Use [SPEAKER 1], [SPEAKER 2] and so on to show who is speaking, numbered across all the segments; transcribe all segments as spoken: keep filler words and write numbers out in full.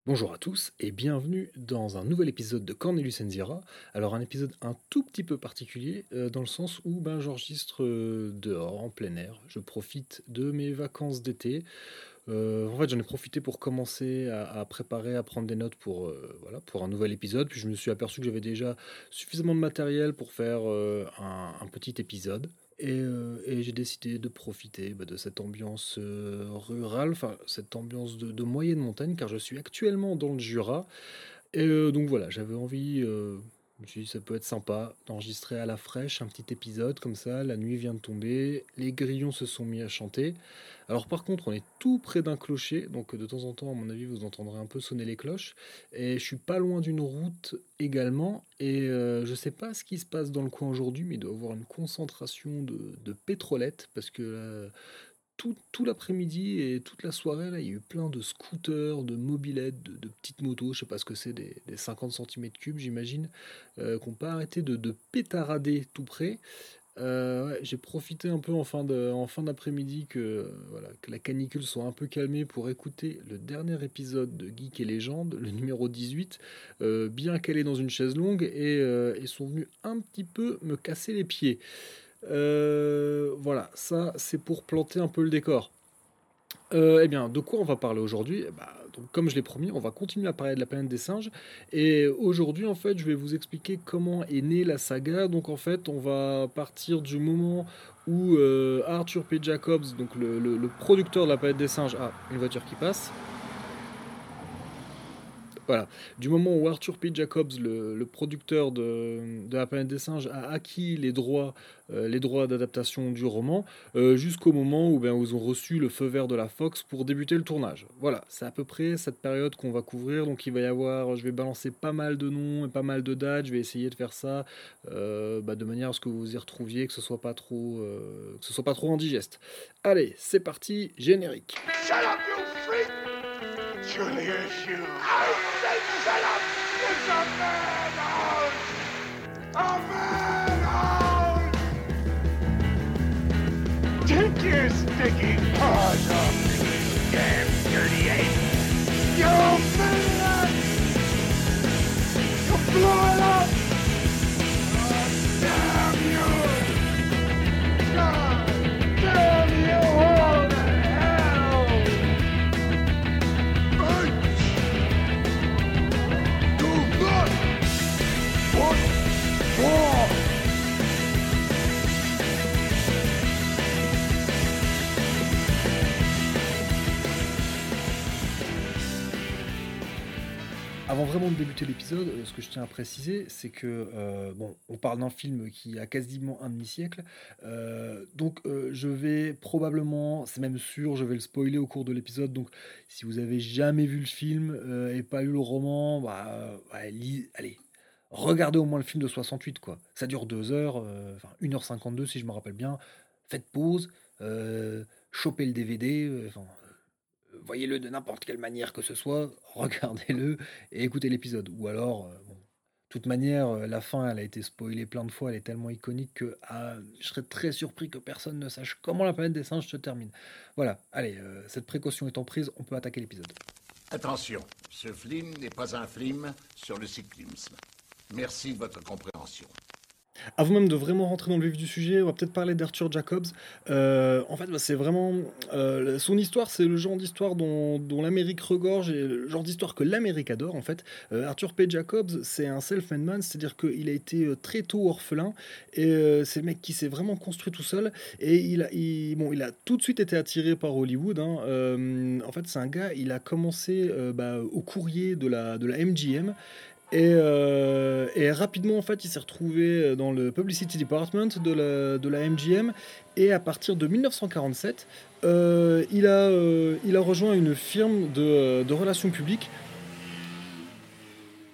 [SPEAKER 1] Bonjour à tous et bienvenue dans un nouvel épisode de Cornelius Enzira. Alors un épisode un tout petit peu particulier euh, dans le sens où ben, j'enregistre euh, dehors, en plein air. Je profite de mes vacances d'été. Euh, en fait j'en ai profité pour commencer à, à préparer, à prendre des notes pour, euh, voilà, pour un nouvel épisode. Puis je me suis aperçu que j'avais déjà suffisamment de matériel pour faire euh, un, un petit épisode. Et, euh, et j'ai décidé de profiter bah, de cette ambiance euh, rurale, enfin cette ambiance de, de moyenne montagne, car je suis actuellement dans le Jura. Et euh, donc voilà, j'avais envie, euh, je me suis dit ça peut être sympa d'enregistrer à la fraîche un petit épisode comme ça. La nuit vient de tomber, les grillons se sont mis à chanter. Alors par contre, on est tout près d'un clocher, donc de temps en temps, à mon avis, vous entendrez un peu sonner les cloches. Et je suis pas loin d'une route également. Et euh, je sais pas ce qui se passe dans le coin aujourd'hui, mais il doit y avoir une concentration de, de pétrolettes parce que euh, tout, tout l'après-midi et toute la soirée, là, il y a eu plein de scooters, de mobylettes, de, de petites motos, je sais pas ce que c'est, des, des cinquante centimètres cubes, j'imagine, euh, qui n'ont pas arrêté de, de pétarader tout près. Euh, ouais, j'ai profité un peu en fin de, en fin d'après-midi que, euh, voilà, que la canicule soit un peu calmée pour écouter le dernier épisode de Geek et Légende, le numéro dix-huit, euh, bien calé dans une chaise longue, et euh, ils sont venus un petit peu me casser les pieds. Euh, voilà, ça c'est pour planter un peu le décor. Euh, eh bien, de quoi on va parler aujourd'hui? Eh bah, donc, comme je l'ai promis, on va continuer à parler de la planète des singes. Et aujourd'hui, en fait, je vais vous expliquer comment est née la saga. Donc, en fait, on va partir du moment où euh, Arthur P. Jacobs, donc le, le- le producteur de la planète des singes, ah, une voiture qui passe. Voilà. Du moment où Arthur P. Jacobs, le, le producteur de, de La planète des singes, a acquis les droits, euh, les droits d'adaptation du roman, euh, jusqu'au moment où, ben, où ils ont reçu le feu vert de la Fox pour débuter le tournage. Voilà, c'est à peu près cette période qu'on va couvrir. Donc il va y avoir, je vais balancer pas mal de noms et pas mal de dates. Je vais essayer de faire ça euh, bah, de manière à ce que vous vous y retrouviez, que ce soit pas trop, euh, que ce soit pas trop indigeste. Allez, c'est parti, générique.
[SPEAKER 2] Shut up, you freak! Surely it's you. I said shut up! It's a madhouse! A madhouse! Take your sticky paws off me, you damn dirty ape! You maniac! You blew it up! Damn you! God damn you all to hell! Do not want war!
[SPEAKER 1] Avant vraiment de débuter l'épisode, euh, ce que je tiens à préciser, c'est que euh, bon, on parle d'un film qui a quasiment un demi-siècle, euh, donc euh, je vais probablement, c'est même sûr, je vais le spoiler au cours de l'épisode. Donc, si vous avez jamais vu le film euh, et pas lu le roman, bah, euh, ouais, lis- allez, regardez au moins le film de soixante-huit, quoi. Ça dure deux heures, euh, enfin une heure cinquante-deux si je me rappelle bien. Faites pause, euh, chopez le D V D, euh, enfin, voyez-le de n'importe quelle manière que ce soit, regardez-le et écoutez l'épisode. Ou alors, euh, bon, de toute manière, euh, la fin, elle a été spoilée plein de fois, elle est tellement iconique que ah, je serais très surpris que personne ne sache comment la planète des singes se termine. Voilà, allez, euh, cette précaution étant prise, on peut attaquer l'épisode.
[SPEAKER 3] Attention, ce film n'est pas un film sur le cyclisme. Merci de votre compréhension.
[SPEAKER 1] Avant même de vraiment rentrer dans le vif du sujet, on va peut-être parler d'Arthur Jacobs. Euh, en fait, bah, c'est vraiment euh, son histoire, c'est le genre d'histoire dont, dont l'Amérique regorge et le genre d'histoire que l'Amérique adore en fait. Euh, Arthur P. Jacobs, c'est un self-made man, c'est-à-dire qu'il a été euh, très tôt orphelin et euh, c'est le mec qui s'est vraiment construit tout seul et il a, il, bon, il a tout de suite été attiré par Hollywood. Hein. Euh, en fait, c'est un gars, il a commencé euh, bah, au courrier de la, de la M G M. Et, euh, et rapidement, en fait, il s'est retrouvé dans le Publicity Department de la, de la M G M. Et à partir de mille neuf cent quarante-sept, euh, il, a, euh, il a rejoint une firme de, de relations publiques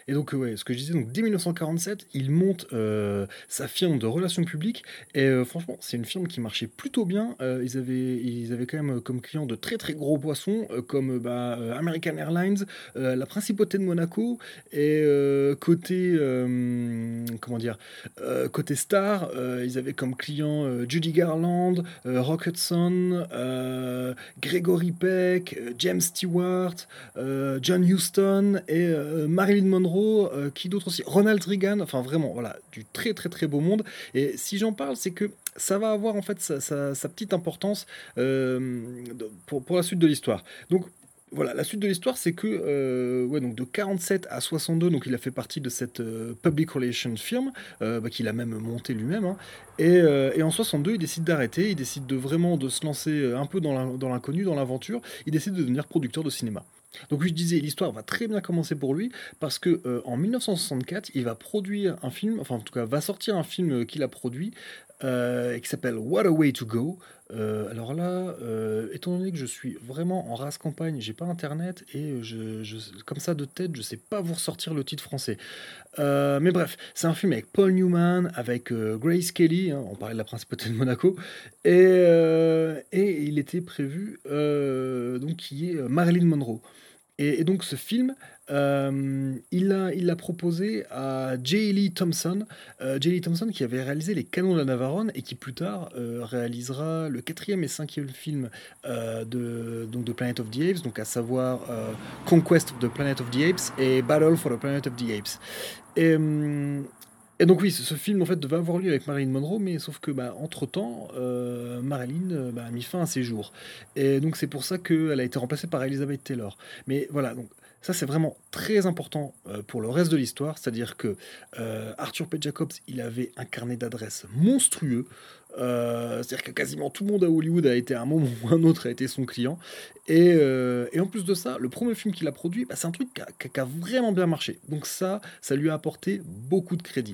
[SPEAKER 1] Et donc, euh, ouais, ce que je disais, donc dès mille neuf cent quarante-sept, il monte euh, sa firme de relations publiques. Et euh, franchement, c'est une firme qui marchait plutôt bien. Euh, ils, avaient, ils avaient quand même euh, comme clients de très très gros poissons, euh, comme euh, bah, euh, American Airlines, euh, la principauté de Monaco. Et euh, côté, euh, comment dire, euh, côté star, euh, ils avaient comme clients euh, Judy Garland, euh, Rock Hudson, euh, Gregory Peck, euh, James Stewart, euh, John Huston et euh, Marilyn Monroe, euh, qui d'autre aussi, Ronald Reagan, enfin vraiment, voilà, du très très très beau monde. Et si j'en parle, c'est que ça va avoir en fait sa, sa- sa petite importance euh, de- pour, pour la suite de l'histoire. Donc voilà, la suite de l'histoire, c'est que euh, ouais, donc de quarante-sept à soixante-deux, donc il a fait partie de cette euh, public relations firm euh, bah, qu'il a même monté lui-même. Hein. Et, euh, et en soixante-deux, il décide d'arrêter, il décide de vraiment de se lancer euh, un peu dans l'in- dans l'inconnu, dans l'aventure. Il décide de devenir producteur de cinéma. Donc oui, je disais, l'histoire va très bien commencer pour lui parce que euh, en mille neuf cent soixante-quatre, il va produire un film, enfin en tout cas va sortir un film euh, qu'il a produit euh, qui s'appelle What a Way to Go. Euh, alors là, euh, étant donné que je suis vraiment en race campagne, j'ai pas internet et je, je- comme ça de tête, je sais pas vous ressortir le titre français. Euh, mais bref, c'est un film avec Paul Newman, avec euh, Grace Kelly, hein, on parlait de la principauté de Monaco, et, euh, et il était prévu euh, donc qu'il y ait euh, Marilyn Monroe. Et, et donc ce film, euh, il l'a il l'a proposé à J. Lee Thompson, euh, J. Lee Thompson qui avait réalisé Les Canons de la Navarone et qui plus tard euh, réalisera le quatrième et cinquième film euh, de, donc de Planet of the Apes, donc à savoir euh, Conquest of the Planet of the Apes et Battle for the Planet of the Apes. Et, hum, et donc oui, ce, ce film en fait devait avoir lieu avec Marilyn Monroe, mais sauf que bah, entre-temps, euh, Marilyn euh, bah, a mis fin à ses jours. Et donc c'est pour ça qu'elle a été remplacée par Elizabeth Taylor. Mais voilà, donc ça c'est vraiment très important euh, pour le reste de l'histoire, c'est-à-dire que euh, Arthur P. Jacobs, il avait un carnet d'adresses monstrueux. Euh, c'est-à-dire que quasiment tout le monde à Hollywood a été à un moment ou un autre a été son client. Et, euh, et en plus de ça, le premier film qu'il a produit, bah, c'est un truc qui a, qui a- qui a vraiment bien marché. Donc ça, ça lui a apporté beaucoup de crédit.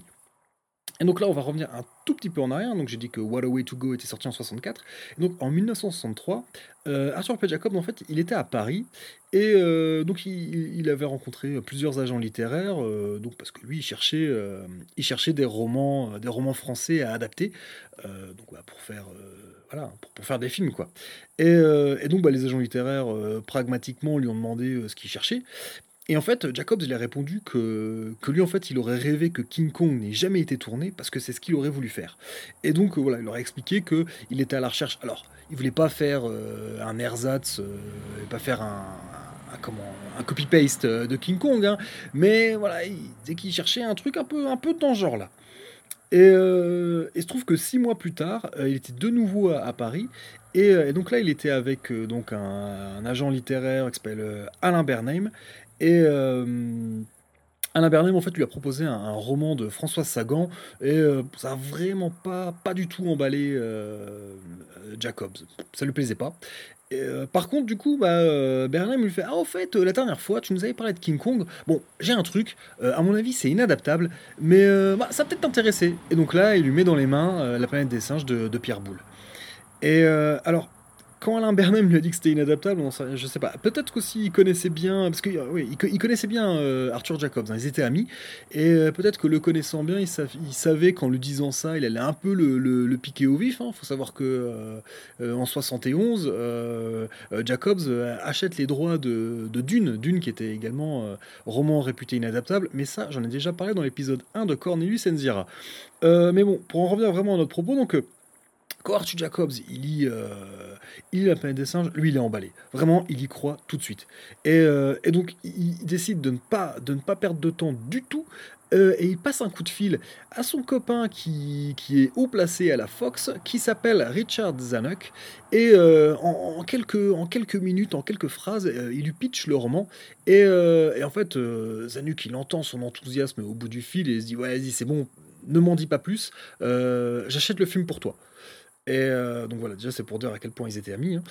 [SPEAKER 1] Et donc là, on va revenir un tout petit peu en arrière. Donc j'ai dit que What a Way to Go était sorti en soixante-quatre. Et donc en mille neuf cent soixante-trois, euh, Arthur P. Jacobs, en fait, il était à Paris. Et euh, donc il, il avait rencontré plusieurs agents littéraires. Euh, donc parce que lui, il cherchait, euh, il cherchait des romans, euh, des romans français à adapter. Euh, donc bah, pour faire, euh, voilà, pour, pour faire des films quoi. Et, euh, et donc bah, les agents littéraires, euh, pragmatiquement, lui ont demandé euh, ce qu'il cherchait. Et en fait, Jacobs, il a répondu que, que lui, en fait, il aurait rêvé que King Kong n'ait jamais été tourné parce que c'est ce qu'il aurait voulu faire. Et donc, euh, voilà, il leur a expliqué qu'il était à la recherche. Alors, il voulait pas faire euh, un ersatz, euh, et pas faire un, un- comment, un copy-paste euh, de King Kong, hein, mais voilà, il disait qu'il cherchait un truc un peu, un peu dans ce genre-là. Et, euh, et il se trouve que six mois plus tard, euh, il était de nouveau à, à Paris. Et, euh, et donc là, il était avec euh, donc un, un agent littéraire qui s'appelle euh, Alain Bernheim. Et euh, Alain Bernheim, en fait, lui a proposé un, un roman de Françoise Sagan. Et euh, ça a vraiment pas, pas du tout emballé euh, euh, Jacobs. Ça lui plaisait pas. Et, euh, par contre, du coup, bah, euh, Bernheim lui fait Ah, au fait, euh, la dernière fois, tu nous avais parlé de King Kong. Bon, j'ai un truc, euh, à mon avis, c'est inadaptable, mais euh, bah, ça va peut-être t'intéresser. Et donc là, il lui met dans les mains euh, La planète des singes de, de Pierre Boulle. Et euh, alors, quand Alain Bernheim lui a dit que c'était inadaptable, on sait- je sais pas. Peut-être qu'aussi il connaissait bien, parce que euh, oui, il, co- il connaissait bien euh, Arthur Jacobs, hein, ils étaient amis, et euh, peut-être que le connaissant bien, il, sav- il savait qu'en lui disant ça, il allait un peu le, le- le piquer au vif. Il faut savoir que euh, euh, en soixante et onze, euh, euh, Jacobs euh, achète les droits de, de Dune, Dune qui était également euh, roman réputé inadaptable, mais ça, j'en ai déjà parlé dans l'épisode un de Cornelius Enzira. Euh, mais bon, pour en revenir vraiment à notre propos, donc. euh, quand Arthur Jacobs, il lit, euh, il lit La planète des singes, lui, il est emballé. Vraiment, il y croit tout de suite. Et, euh, et donc, il, il décide de ne, pas, de ne pas perdre de temps du tout. Euh, et il passe un coup de fil à son copain qui, qui est haut placé à la Fox, qui s'appelle Richard Zanuck. Et euh, en, en quelques, en quelques minutes, en quelques phrases, euh, il lui pitch le roman. Et, euh, et en fait, euh, Zanuck, il entend son enthousiasme au bout du fil et il se dit Ouais, vas-y, c'est bon, ne m'en dis pas plus. Euh, j'achète le film pour toi. Et euh, donc voilà, déjà c'est pour dire à quel point ils étaient amis. Hein.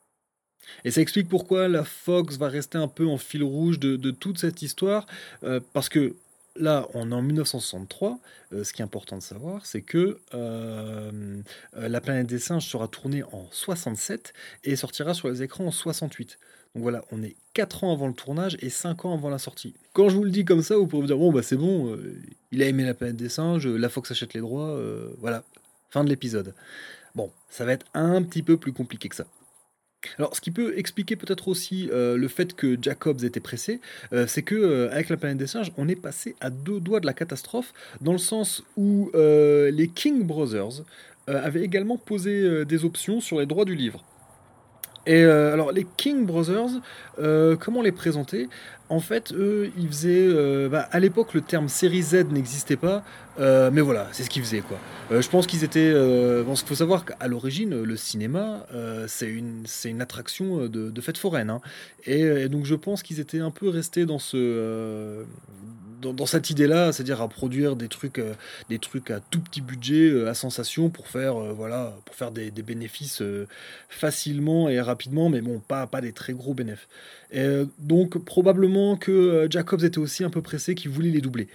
[SPEAKER 1] Et ça explique pourquoi la Fox va rester un peu en fil rouge de, de toute cette histoire. euh, parce que là, on est en mille neuf cent soixante-trois. Euh, ce qui est important de savoir, c'est que euh, euh, La planète des singes sera tournée en soixante-sept et sortira sur les écrans en soixante-huit. Donc voilà, on est quatre ans avant le tournage et cinq ans avant la sortie. Quand je vous le dis comme ça, vous pourrez vous dire, bon bah c'est bon, euh, il a aimé La Planète des Singes, la Fox achète les droits, euh, voilà, fin de l'épisode. Bon, ça va être un petit peu plus compliqué que ça. Alors, ce qui peut expliquer peut-être aussi euh, le fait que Jacobs était pressé, euh, c'est que euh, avec La Planète des Singes, on est passé à deux doigts de la catastrophe, dans le sens où euh, les King Brothers euh, avaient également posé euh, des options sur les droits du livre. Et euh, alors, les King Brothers, euh, comment les présenter? En fait, eux, ils faisaient. Euh, bah, à l'époque, le terme série Z n'existait pas, euh, mais voilà, c'est ce qu'ils faisaient, quoi. Euh, je pense qu'ils étaient. Euh, bon, il faut savoir qu'à l'origine, le cinéma, euh, c'est une, c'est une attraction de, de fête foraine, hein. Et, et donc, je pense qu'ils étaient un peu restés dans ce. euh, dans, dans cette idée-là, c'est-à-dire à produire des trucs, euh, des trucs à tout petit budget, euh, à sensation, pour faire, euh, voilà, pour faire des, des bénéfices euh, facilement et rapidement, mais bon, pas, pas des très gros bénéfices. Et, euh, donc probablement que euh, Jacobs était aussi un peu pressé, qu'il voulait les doubler.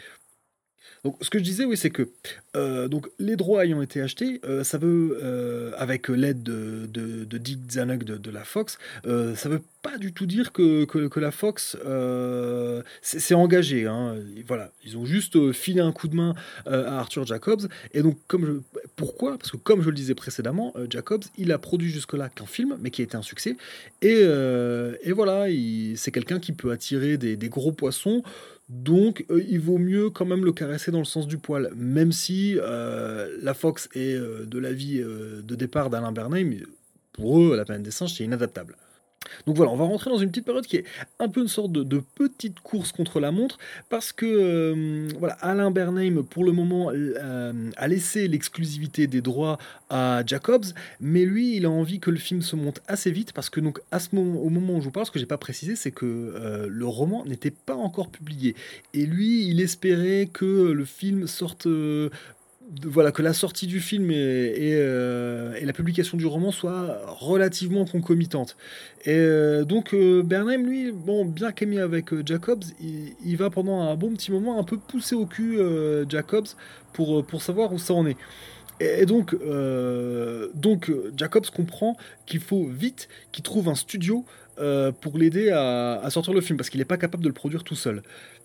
[SPEAKER 1] Donc, ce que je disais, oui, c'est que euh, donc, les droits ayant été achetés, euh, ça veut, euh, avec l'aide de, de, de Dick Zanuck de, de la Fox, euh, ça veut pas du tout dire que, que, que la Fox euh, s'est s'est engagée, hein. Et voilà, ils ont juste euh, filé un coup de main euh, à Arthur Jacobs. Et donc, comme je, pourquoi? Parce que comme je le disais précédemment, euh, Jacobs, il a produit jusque-là qu'un film, mais qui a été un succès. Et, euh, et voilà, il- c'est quelqu'un qui peut attirer des, des gros poissons. Donc, euh, il vaut mieux quand même le caresser dans le sens du poil, même si euh, la Fox est euh, de l'avis euh, de départ d'Alain Bernheim, pour eux, La Planète des Singes, c'est inadaptable. Donc voilà, on va rentrer dans une petite période qui est un peu une sorte de, de petite course contre la montre, parce que euh, voilà, Alain Bernheim, pour le moment, euh, a laissé l'exclusivité des droits à Jacobs, mais lui, il a envie que le film se monte assez vite, parce que donc à ce moment, au moment où je vous parle, ce que j'ai pas précisé, c'est que euh, le roman n'était pas encore publié, et lui, il espérait que le film sorte euh, de- voilà, que la sortie du film et, et, euh, et la publication du roman soient relativement concomitantes. Et euh, donc euh, Bernheim, lui, bon, bien qu'aimé avec euh, Jacobs, il, il va pendant un bon petit moment un peu pousser au cul euh, Jacobs pour, euh, pour savoir où ça en est. Et, et donc, euh, donc euh, Jacobs comprend qu'il faut vite qu'il trouve un studio euh, pour l'aider à, à sortir le film, parce qu'il n'est pas capable de le produire tout seul.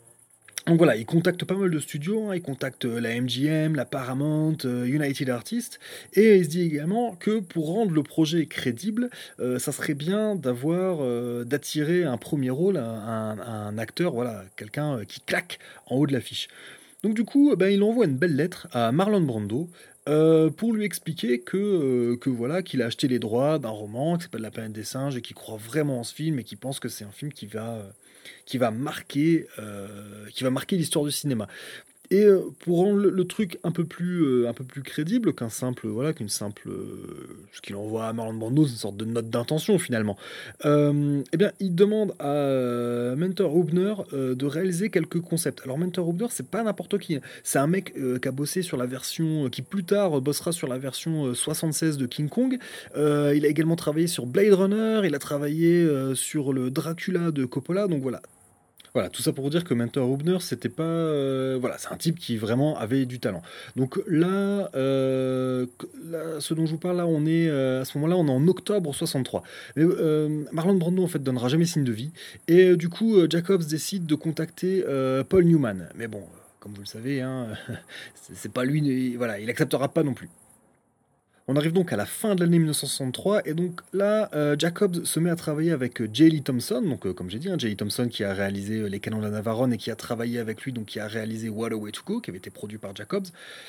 [SPEAKER 1] Donc voilà, il contacte pas mal de studios, hein, il contacte euh, la M G M, la Paramount, euh, United Artists, et il se dit également que pour rendre le projet crédible, euh, ça serait bien d'avoir, euh, d'attirer un premier rôle, un, un- un acteur, voilà, quelqu'un euh, qui claque en haut de l'affiche. Donc du coup, eh ben, il envoie une belle lettre à Marlon Brando euh, pour lui expliquer que, euh, que voilà, qu'il a acheté les droits d'un roman qui s'appelle La Planète des Singes et qu'il croit vraiment en ce film et qu'il pense que c'est un film qui va, euh, qui va marquer, euh, qui va marquer l'histoire du cinéma. Et euh, pour rendre le, le truc un peu plus, euh, un peu plus crédible qu'un simple, voilà, qu'une simple, euh, ce qu'il envoie à Marlon Brando, c'est une sorte de note d'intention finalement. Euh, eh bien, il demande à euh, Mentor Hubner euh, de réaliser quelques concepts. Alors Mentor Hubner, c'est pas n'importe qui, hein. C'est un mec euh, qui a bossé sur la version, qui plus tard euh, bossera sur la version euh, soixante-seize de King Kong. Euh, il a également travaillé sur Blade Runner. Il a travaillé euh, sur le Dracula de Coppola. Donc voilà, voilà, tout ça pour vous dire que Mentor Hubner, c'était pas. Euh, voilà, c'est un type qui vraiment avait du talent. Donc là, euh, là, ce dont je vous parle, là, on est euh, à ce moment-là, on est en octobre soixante-trois. Mais, euh, Marlon Brando, en fait, donnera jamais signe de vie. Et euh, du coup, euh, Jacobs décide de contacter euh, Paul Newman. Mais bon, comme vous le savez, hein, c'est c'est pas lui. Voilà, il acceptera pas non plus. On arrive donc à la fin de l'année mille neuf cent soixante-trois, et donc là, euh, Jacobs se met à travailler avec euh, J. Lee Thompson, donc euh, comme j'ai dit, hein, J. Lee Thompson qui a réalisé euh, Les Canons de la Navarone et qui a travaillé avec lui, donc qui a réalisé What a Way to Go, qui avait été produit par Jacobs.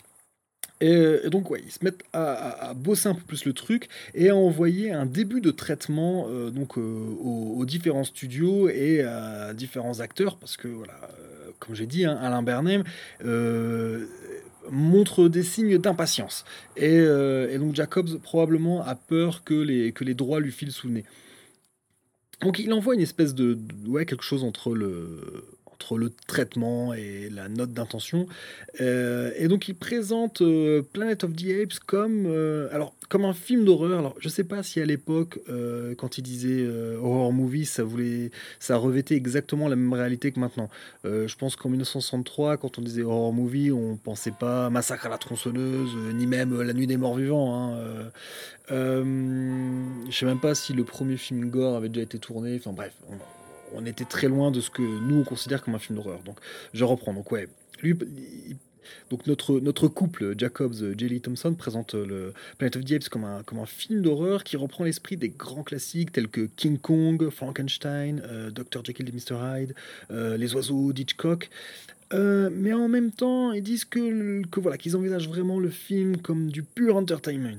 [SPEAKER 1] Et, euh, et donc, ouais, ils se mettent à, à- à bosser un peu plus le truc et à envoyer un début de traitement euh, donc, euh, aux, aux différents studios et à différents acteurs, parce que, voilà, euh, comme j'ai dit, hein, Alain Bernheim euh, montre des signes d'impatience. Et, euh, et donc, Jacobs probablement a peur que les, que les droits lui filent sous le nez. Donc, il envoie une espèce de, de- ouais, quelque chose entre le entre le traitement et la note d'intention. Euh, et donc il présente euh, Planet of the Apes comme, euh, alors, comme un film d'horreur. Alors je sais pas si à l'époque, euh, quand il disait euh, horror movie, ça voulait, ça revêtait exactement la même réalité que maintenant. Euh, je pense qu'en mille neuf cent soixante-trois, quand on disait horror movie, on pensait pas Massacre à la tronçonneuse, euh, ni même euh, La Nuit des Morts Vivants. Hein. Euh, euh, je sais même pas si le premier film gore avait déjà été tourné. Enfin bref, on, on était très loin de ce que nous on considère comme un film d'horreur. Donc je reprends. Donc ouais, lui, il- donc notre, notre couple, Jacobs, J. Lee Thompson, présente le Planet of the Apes comme un, comme un film d'horreur qui reprend l'esprit des grands classiques tels que King Kong, Frankenstein, euh, docteur Jekyll et mister Hyde, euh, Les Oiseaux d'Hitchcock. Euh, mais en même temps, ils disent que, que voilà, qu'ils envisagent vraiment le film comme du pur entertainment.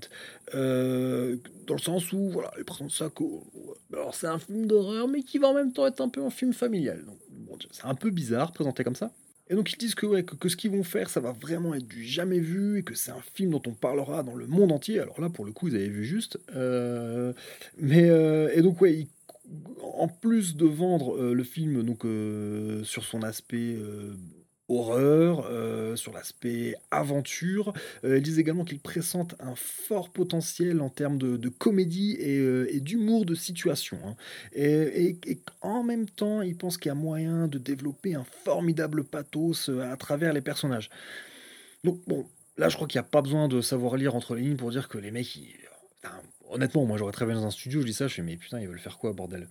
[SPEAKER 1] Euh, dans le sens où, voilà, ils présentent ça que. Alors, c'est un film d'horreur, mais qui va en même temps être un peu un film familial. Donc, bon, c'est un peu bizarre présenté comme ça. Et donc, ils disent que, ouais, que, que ce qu'ils vont faire, ça va vraiment être du jamais vu, et que c'est un film dont on parlera dans le monde entier. Alors là, pour le coup, ils avaient vu juste. Euh, mais, euh, et donc, ouais, ils en plus de vendre euh, le film donc euh, sur son aspect euh, horreur, euh, sur l'aspect aventure, euh, ils disent également qu'il pressent un fort potentiel en termes de, de comédie et, euh, et d'humour de situation. Hein. Et, et- et en même temps, ils pensent qu'il y a moyen de développer un formidable pathos euh, à travers les personnages. Donc bon, là je crois qu'il n'y a pas besoin de savoir lire entre les lignes pour dire que les mecs, ils- putain, honnêtement, moi j'aurais travaillé dans un studio, je dis ça, je fais mais putain, ils veulent faire quoi, bordel?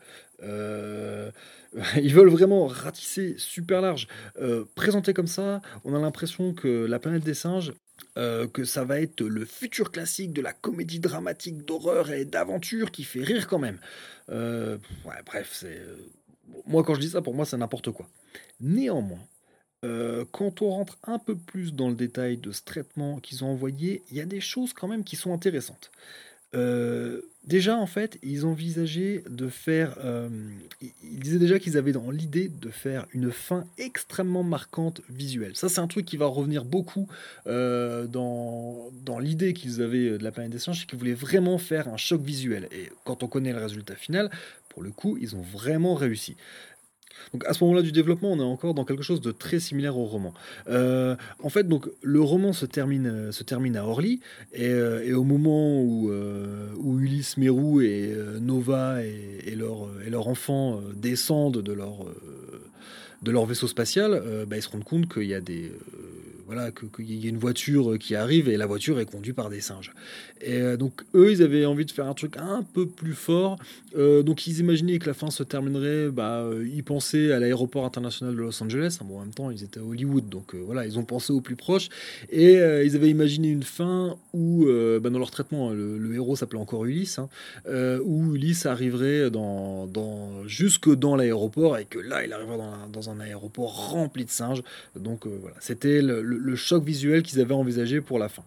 [SPEAKER 1] Euh, Ils veulent vraiment ratisser super large. Euh, présenté comme ça, on a l'impression que La planète des singes, euh, que ça va être le futur classique de la comédie dramatique d'horreur et d'aventure qui fait rire quand même. Euh, ouais, bref, c'est... euh, moi quand je dis ça, pour moi c'est n'importe quoi. Néanmoins, euh, quand on rentre un peu plus dans le détail de ce traitement qu'ils ont envoyé, il y a des choses quand même qui sont intéressantes. Euh, déjà, en fait, ils envisageaient de faire. Euh, ils ils disaient déjà qu'ils avaient dans l'idée de faire une fin extrêmement marquante visuelle. Ça, c'est un truc qui va revenir beaucoup euh, dans, dans l'idée qu'ils avaient de la planète des singes, c'est qu'ils voulaient vraiment faire un choc visuel. Et quand on connaît le résultat final, pour le coup, ils ont vraiment réussi. Donc à ce moment-là du développement, on est encore dans quelque chose de très similaire au roman. Euh, en fait, donc le roman se termine, euh, se termine à Orly, et, euh, et au moment où, euh, où Ulysse Mérou et euh, Nova et, et leur, et leur enfant euh, descendent de leur, euh, de leur vaisseau spatial, euh, bah, ils se rendent compte qu'il y a des... euh, voilà, que- qu'il y a une voiture qui arrive et la voiture est conduite par des singes. Et euh, donc eux, ils avaient envie de faire un truc un peu plus fort. Euh, donc ils imaginaient que la fin se terminerait. Bah, euh, ils pensaient à l'aéroport international de Los Angeles. Bon, en même temps, ils étaient à Hollywood, donc euh, voilà, ils ont pensé au plus proche. Et euh, ils avaient imaginé une fin où, euh, bah, dans leur traitement, hein, le, le héros s'appelait encore Ulysse, hein, euh, où Ulysse arriverait dans, dans, jusque dans l'aéroport et que là, il arriverait dans un, dans un aéroport rempli de singes. Donc euh, voilà, c'était le, le- le choc visuel qu'ils avaient envisagé pour la fin.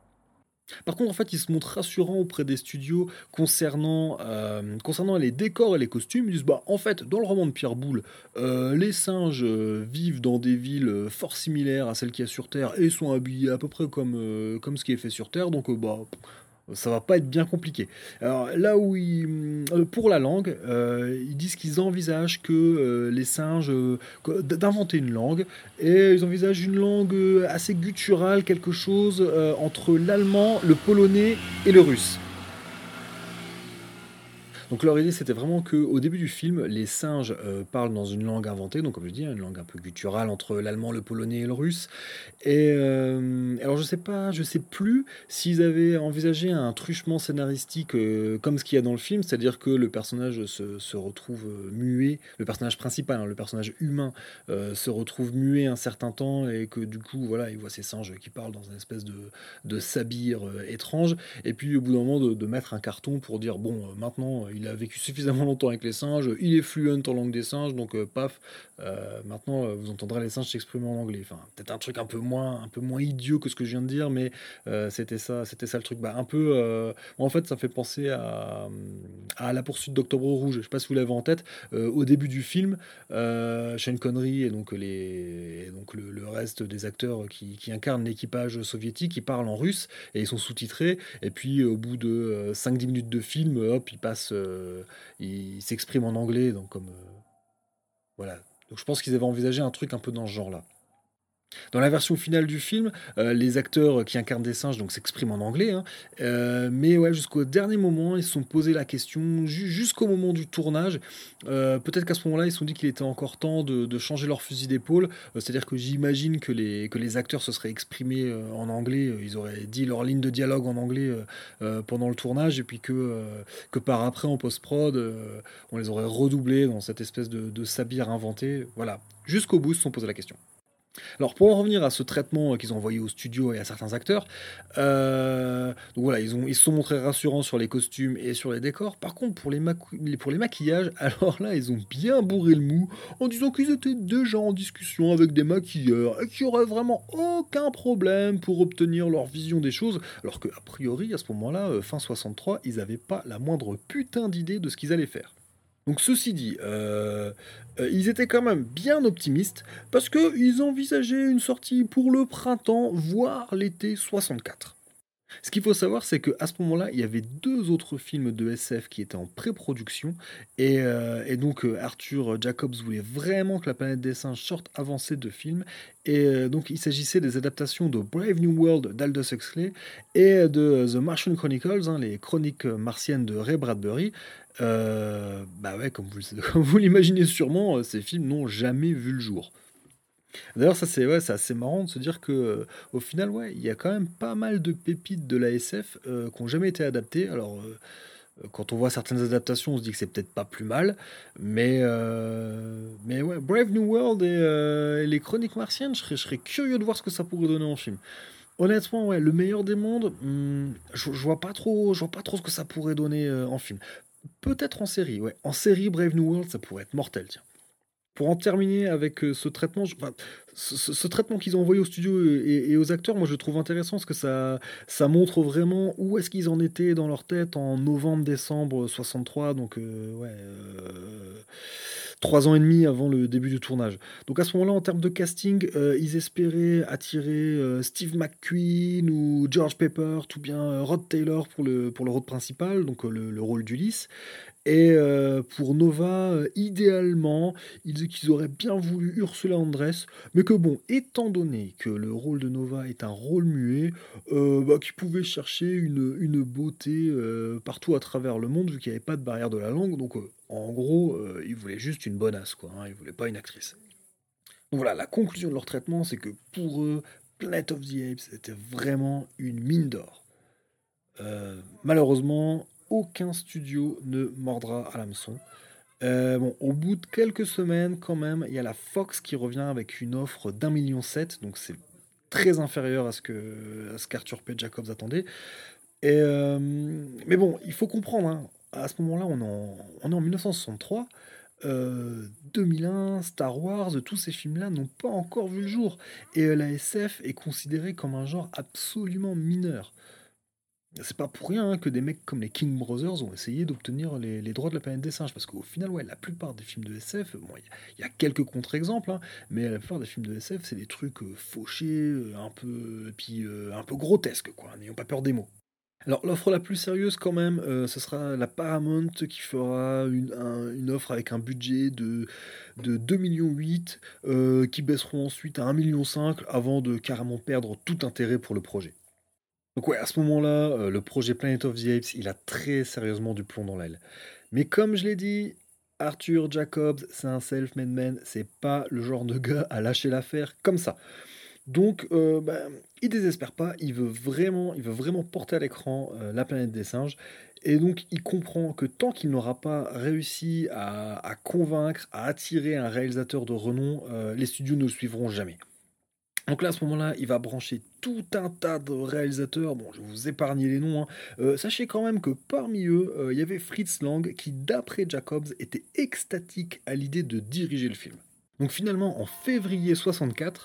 [SPEAKER 1] Par contre, en fait, ils se montrent rassurants auprès des studios concernant, euh, concernant les décors et les costumes. Ils disent, bah, en fait, dans le roman de Pierre Boulle, euh, les singes euh, vivent dans des villes euh, fort similaires à celles qu'il y a sur Terre et sont habillés à peu près comme, euh, comme ce qui est fait sur Terre. Donc, euh, bah, ça va pas être bien compliqué. Alors là où ils, euh, pour la langue, euh, ils disent qu'ils envisagent que euh, les singes, euh, que- d'inventer une langue, et ils envisagent une langue euh, assez gutturale, quelque chose euh, entre l'allemand, le polonais et le russe. Donc leur idée, c'était vraiment qu'au début du film, les singes euh, parlent dans une langue inventée, donc comme je dis, une langue un peu gutturale entre l'allemand, le polonais et le russe. Et euh, alors je sais pas, je sais plus s'ils avaient envisagé un truchement scénaristique euh, comme ce qu'il y a dans le film, c'est-à-dire que le personnage se, se retrouve euh, muet, le personnage principal, hein, le personnage humain, euh, se retrouve muet un certain temps et que du coup, voilà, il voit ces singes qui parlent dans une espèce de, de sabir euh, étrange. Et puis au bout d'un moment, de, de mettre un carton pour dire bon, euh, maintenant, il a vécu suffisamment longtemps avec les singes, il est fluent en langue des singes, donc euh, paf, euh, maintenant euh, vous entendrez les singes s'exprimer en anglais. Enfin, peut-être un truc un peu moins, un peu moins idiot que ce que je viens de dire, mais euh, c'était ça, c'était ça le truc. Bah, un peu, euh, en fait, ça fait penser à, à La poursuite d'Octobre Rouge. Je sais pas si vous l'avez en tête. Euh, au début du film, euh, Sean Connery et donc les, et donc le, le reste des acteurs qui, qui incarnent l'équipage soviétique, ils parlent en russe et ils sont sous-titrés. Et puis au bout de euh, cinq dix minutes de film, hop, ils passent, euh, ils s'expriment en anglais, donc comme euh, voilà. Donc je pense qu'ils avaient envisagé un truc un peu dans ce genre-là. Dans la version finale du film, heu, les acteurs qui incarnent des singes donc s'expriment en anglais, hein, heu, mais ouais, jusqu'au dernier moment, ils se sont posé la question ju jusqu'au moment du tournage. Heu, peut-être qu'à ce moment-là, ils se sont dit qu'il était encore temps de de changer leur fusil d'épaule. Heu, c'est-à-dire que j'imagine que les que les acteurs se seraient exprimés, heu, en anglais, heu, ils auraient dit leurs lignes de dialogue en anglais, heu heu, pendant le tournage et puis que, heu, que par après en post-prod, heu, on les aurait redoublés dans cette espèce de de sabir inventé. Voilà, jusqu'au bout, ils se sont posé la question. Alors pour en revenir à ce traitement, qu'ils ont envoyé au studio et à certains acteurs, heu, donc voilà, ils ont ils se sont montrés rassurants sur les costumes et sur les décors. Par contre pour les macou les pour les maquillages, alors là, ils ont bien bourré le mou en disant qu'ils étaient déjà en discussion avec des maquilleurs et qu'il y aurait vraiment aucun problème pour obtenir leur vision des choses. Alors qu'a priori, à ce moment-là, heu, fin soixante-trois, ils avaient pas la moindre putain d'idée de ce qu'ils allaient faire. Donc ceci dit, heu heu, ils étaient quand même bien optimistes parce qu'ils envisageaient une sortie pour le printemps, voire l'été soixante-quatre. Ce qu'il faut savoir, c'est qu'à ce moment-là, il y avait deux autres films de S F qui étaient en pré-production et heu et donc heu, Arthur Jacobs voulait vraiment que La Planète des singes sorte avant ces deux films et heu, donc il s'agissait des adaptations de Brave New World d'Aldous Huxley et de The Martian Chronicles, hein, les chroniques martiennes de Ray Bradbury. Heu, bah, ouais, comme vous le comme vous l'imaginez sûrement, heu, ces films n'ont jamais vu le jour. D'ailleurs, ça, c'est ouais, c'est assez marrant de se dire que, heu, au final, ouais, il y a quand même pas mal de pépites de la S F, heu, qui ont jamais été adaptées. Alors, heu heu, quand on voit certaines adaptations, on se dit que c'est peut-être pas plus mal, mais heu, mais ouais, Brave New World et heu, et les Chroniques martiennes, je serais je serais curieux de voir ce que ça pourrait donner en film. Honnêtement, ouais, Le Meilleur des mondes, mmh, je je vois pas trop je vois pas trop ce que ça pourrait donner, heu, en film. Peut-être en série, ouais. En série, Brave New World, ça pourrait être mortel, tiens. Pour en terminer avec, heu, ce traitement, je enfin, ce ce ce traitement qu'ils ont envoyé au studio et et aux acteurs, moi je le trouve intéressant parce que ça ça montre vraiment où est-ce qu'ils en étaient dans leur tête en novembre-décembre soixante-trois, donc heu, ouais, heu, trois ans et demi avant le début du tournage. Donc à ce moment-là, en termes de casting, heu, ils espéraient attirer, heu, Steve McQueen ou George Pepper ou bien, heu, Rod Taylor pour le pour le rôle principal, donc heu, le le rôle d'Ulysse. Et heu, pour Nova, heu, idéalement, ils disaient qu'ils auraient bien voulu Ursula Andress, mais que bon, étant donné que le rôle de Nova est un rôle muet, heu, bah, qu'ils pouvaient chercher une, une beauté, heu, partout à travers le monde, vu qu'il n'y avait pas de barrière de la langue. Donc, heu, en gros, heu, ils voulaient juste une bonasse, quoi, hein, ils voulaient pas une actrice. Donc voilà, la conclusion de leur traitement, c'est que pour eux, Planet of the Apes était vraiment une mine d'or. Heu, malheureusement, aucun studio ne mordra à l'hameçon. Heu, bon, au bout de quelques semaines, quand même, il y a la Fox qui revient avec une offre d'un million sept, donc c'est très inférieur à ce que à ce qu'Arthur P. Jacobs attendait. Et hem, mais bon, il faut comprendre, hein, à ce moment-là, on est en on est en mille neuf cent soixante-trois, heu, deux mille un, Star Wars, tous ces films-là n'ont pas encore vu le jour et heu, la S F est considérée comme un genre absolument mineur. C'est pas pour rien, hein, que des mecs comme les King Brothers ont essayé d'obtenir les les droits de La Planète des singes, parce qu'au final, ouais, la plupart des films de S F, bon, il y a il y a quelques contre-exemples, hein, mais la plupart des films de S F, c'est des trucs, heu, fauchés, heu, un peu et puis, heu, un peu grotesques, quoi, n'ayons pas peur des mots. Alors l'offre la plus sérieuse quand même, heu, ce sera la Paramount qui fera une un une offre avec un budget de de deux millions huit, heu, qui baisseront ensuite à un million cinq avant de carrément perdre tout intérêt pour le projet. Donc ouais, à ce moment-là, heu, le projet Planet of the Apes, il a très sérieusement du plomb dans l'aile. Mais comme je l'ai dit, Arthur Jacobs, c'est un self-made man, c'est pas le genre de gars à lâcher l'affaire comme ça. Donc, heu, bah, il désespère pas, il veut vraiment il veut vraiment porter à l'écran, heu, La Planète des singes et donc il comprend que tant qu'il n'aura pas réussi à à convaincre, à attirer un réalisateur de renom, heu, les studios ne le suivront jamais. Donc là, à ce moment-là, il va brancher tout un tas de réalisateurs. Bon, je vais vous épargner les noms, hein. Heu, sachez quand même que parmi eux, heu, il y avait Fritz Lang qui, d'après Jacobs, était extatique à l'idée de diriger le film. Donc finalement, en février soixante-quatre,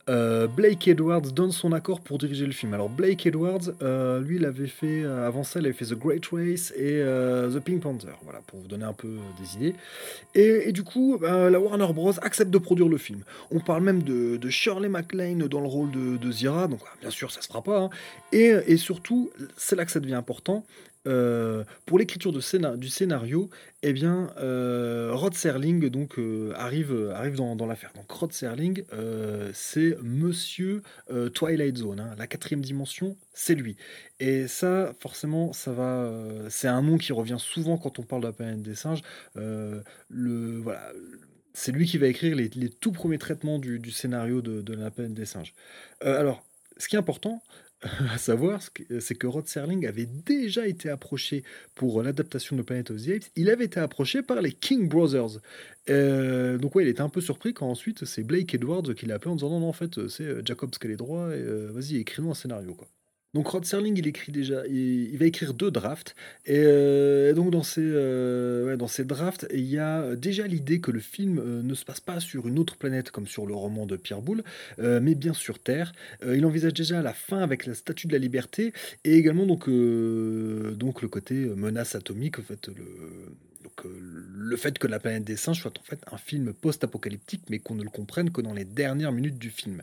[SPEAKER 1] euh, Blake Edwards donne son accord pour diriger le film. Alors Blake Edwards, euh, lui, il avait fait, euh, avant ça, il avait fait The Great Race et euh, The Pink Panther, voilà, pour vous donner un peu euh, des idées. Et, et du coup, euh, la Warner Bros. Accepte de produire le film. On parle même de, de Shirley MacLaine dans le rôle de, de Zira, donc bien sûr, ça se fera pas. Hein. Et, et surtout, c'est là que ça devient important. Euh, pour l'écriture de scénar- du scénario, eh bien, euh, Rod Serling donc, euh, arrive, euh, arrive dans, dans l'affaire. Donc Rod Serling, euh, c'est Monsieur euh, Twilight Zone, hein. La quatrième dimension, c'est lui. Et ça, forcément, ça va. euh, c'est un nom qui revient souvent quand on parle de la planète des singes. Euh, le, voilà, c'est lui qui va écrire les, les tout premiers traitements du, du scénario de, de la planète des singes. Euh, alors, ce qui est important, à savoir, ce que- c'est que Rod Serling avait déjà été approché pour l'adaptation de Planet of the Apes. Il avait été approché par les King Brothers. Euh, donc ouais, il était un peu surpris quand ensuite c'est Blake Edwards qui l'a appelé en disant non, non, en fait, c'est euh, Jacobs qui a les droits, et, euh, vas-y, écris-nous un scénario, quoi. Donc Rod Serling, il écrit déjà, il, il va écrire deux drafts, et, euh, et donc dans ces, euh, ouais, dans ces drafts, il y a déjà l'idée que le film euh, ne se passe pas sur une autre planète comme sur le roman de Pierre Boulle, euh, mais bien sur Terre. Euh, il envisage déjà la fin avec la Statue de la Liberté, et également donc, euh, donc le côté euh, menace atomique, en fait, le, donc, euh, le fait que la planète des singes soit en fait un film post-apocalyptique, mais qu'on ne le comprenne que dans les dernières minutes du film.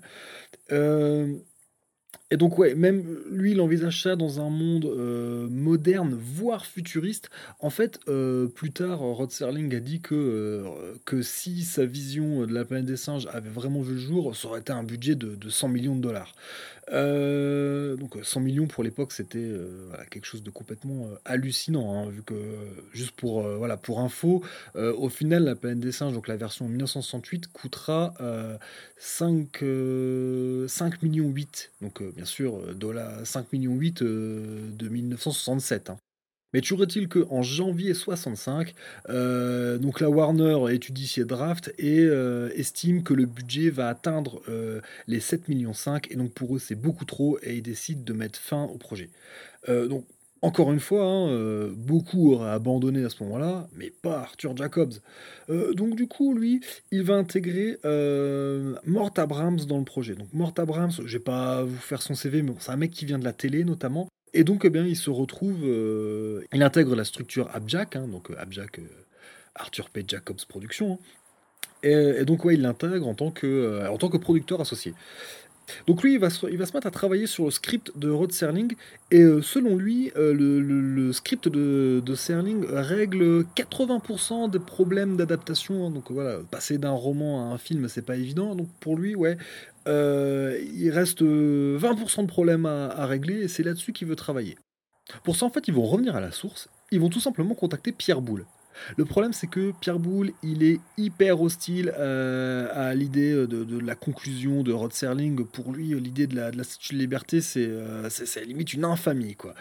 [SPEAKER 1] Euh, et donc ouais, même lui, il envisage ça dans un monde euh, moderne, voire futuriste. En fait, euh, plus tard, Rod Serling a dit que, euh, que si sa vision de la planète des singes avait vraiment vu le jour, ça aurait été un budget de, de cent millions de dollars. Euh, donc cent millions pour l'époque, c'était euh, voilà, quelque chose de complètement euh, hallucinant, hein, vu que, euh, juste pour, euh, voilà, pour info, euh, au final, la planète des singes, donc la version mille neuf cent soixante-huit, coûtera euh, cinq, euh, cinq millions huit. Donc euh, bien sûr, euh, dollars, cinq millions huit euh, de mille neuf cent soixante-sept. Hein. Mais toujours est-il qu'en janvier soixante-cinq, euh, donc la Warner étudie ses drafts et euh, estime que le budget va atteindre euh, les sept virgule cinq millions, et donc pour eux c'est beaucoup trop, et ils décident de mettre fin au projet. Euh, donc encore une fois, hein, euh, beaucoup auraient abandonné à ce moment-là, mais pas Arthur Jacobs. Euh, donc du coup, lui, il va intégrer euh, Mort Abrams dans le projet. Donc Mort Abrams, je vais pas vous faire son C V, mais bon, c'est un mec qui vient de la télé notamment. Et donc, eh bien, il se retrouve, euh, il intègre la structure Abjac, hein, donc euh, Abjac, euh, Arthur P. Jacobs Productions, hein. et, et donc, ouais, il l'intègre en tant que, euh, en tant que producteur associé. Donc lui, il va, se, il va se mettre à travailler sur le script de Rod Serling, et euh, selon lui, euh, le, le- le script de, de Serling règle quatre-vingts pour cent des problèmes d'adaptation, hein. Donc voilà, passer d'un roman à un film, c'est pas évident. Donc pour lui, ouais, euh, il reste euh, vingt pour cent de problèmes à, à régler, et c'est là-dessus qu'il veut travailler. Pour ça, en fait, ils vont revenir à la source. Ils vont tout simplement contacter Pierre Boulle. Le problème, c'est que Pierre Boulle, il est hyper hostile euh, à l'idée de, de la conclusion de Rod Serling. Pour lui, l'idée de la, de la Statue de Liberté, c'est euh, c'est- c'est limite une infamie, quoi.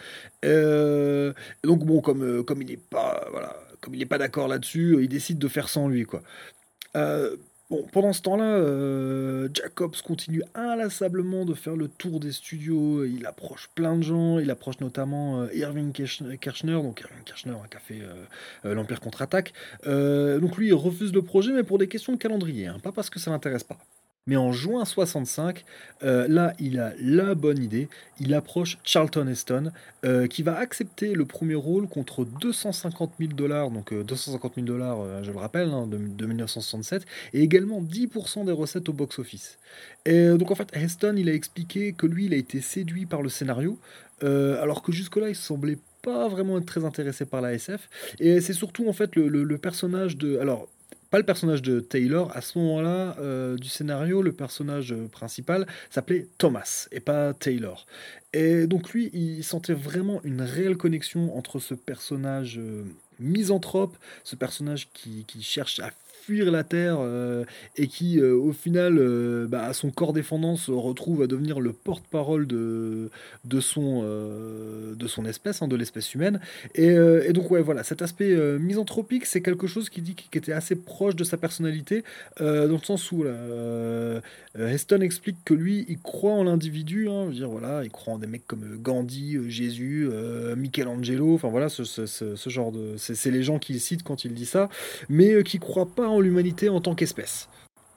[SPEAKER 1] Euh, donc bon, comme, euh, comme il n'est pas, voilà, comme il est pas d'accord là-dessus, il décide de faire sans lui, quoi. Euh, bon, pendant ce temps-là, euh, Jacobs continue inlassablement de faire le tour des studios. Il approche plein de gens. Il approche notamment euh, Irving Kirchner, Kirchner, donc Irving Kirchner, hein, qui a fait euh, euh, l'Empire contre-attaque. Euh, donc lui, il refuse le projet, mais pour des questions de calendrier, hein, pas parce que ça l'intéresse pas. Mais en juin soixante-cinq, euh, là, il a la bonne idée. Il approche Charlton Heston, euh, qui va accepter le premier rôle contre deux cent cinquante mille dollars, donc euh, deux cent cinquante mille dollars, euh, je le rappelle, hein, de, de mille neuf cent soixante-sept, et également dix pour cent des recettes au box-office. Et euh, donc en fait, Heston, il a expliqué que lui, il a été séduit par le scénario, euh, alors que jusque-là, il semblait pas vraiment être très intéressé par la S F. Et c'est surtout en fait le, le- le personnage de... Alors, pas le personnage de Taylor, à ce moment-là euh, du scénario, le personnage euh, principal s'appelait Thomas et pas Taylor. Et donc lui, il sentait vraiment une réelle connexion entre ce personnage euh, misanthrope, ce personnage qui, qui cherche à fuir la Terre euh, et qui, euh, au final, euh, bah, à son corps défendant, se retrouve à devenir le porte-parole de, de, son, euh, de son espèce, hein, de l'espèce humaine. Et, euh, et donc, ouais, voilà, cet aspect euh, misanthropique, c'est quelque chose qui dit qui était assez proche de sa personnalité, euh, dans le sens où là, euh, euh, Heston explique que lui, il croit en l'individu, hein, je veux dire, voilà, il croit en des mecs comme euh, Gandhi, euh, Jésus, euh, Michelangelo, enfin voilà, ce, ce- ce- ce genre de. C'est c'est les gens qu'il cite quand il dit ça, mais euh, qui croient pas en l'humanité en tant qu'espèce.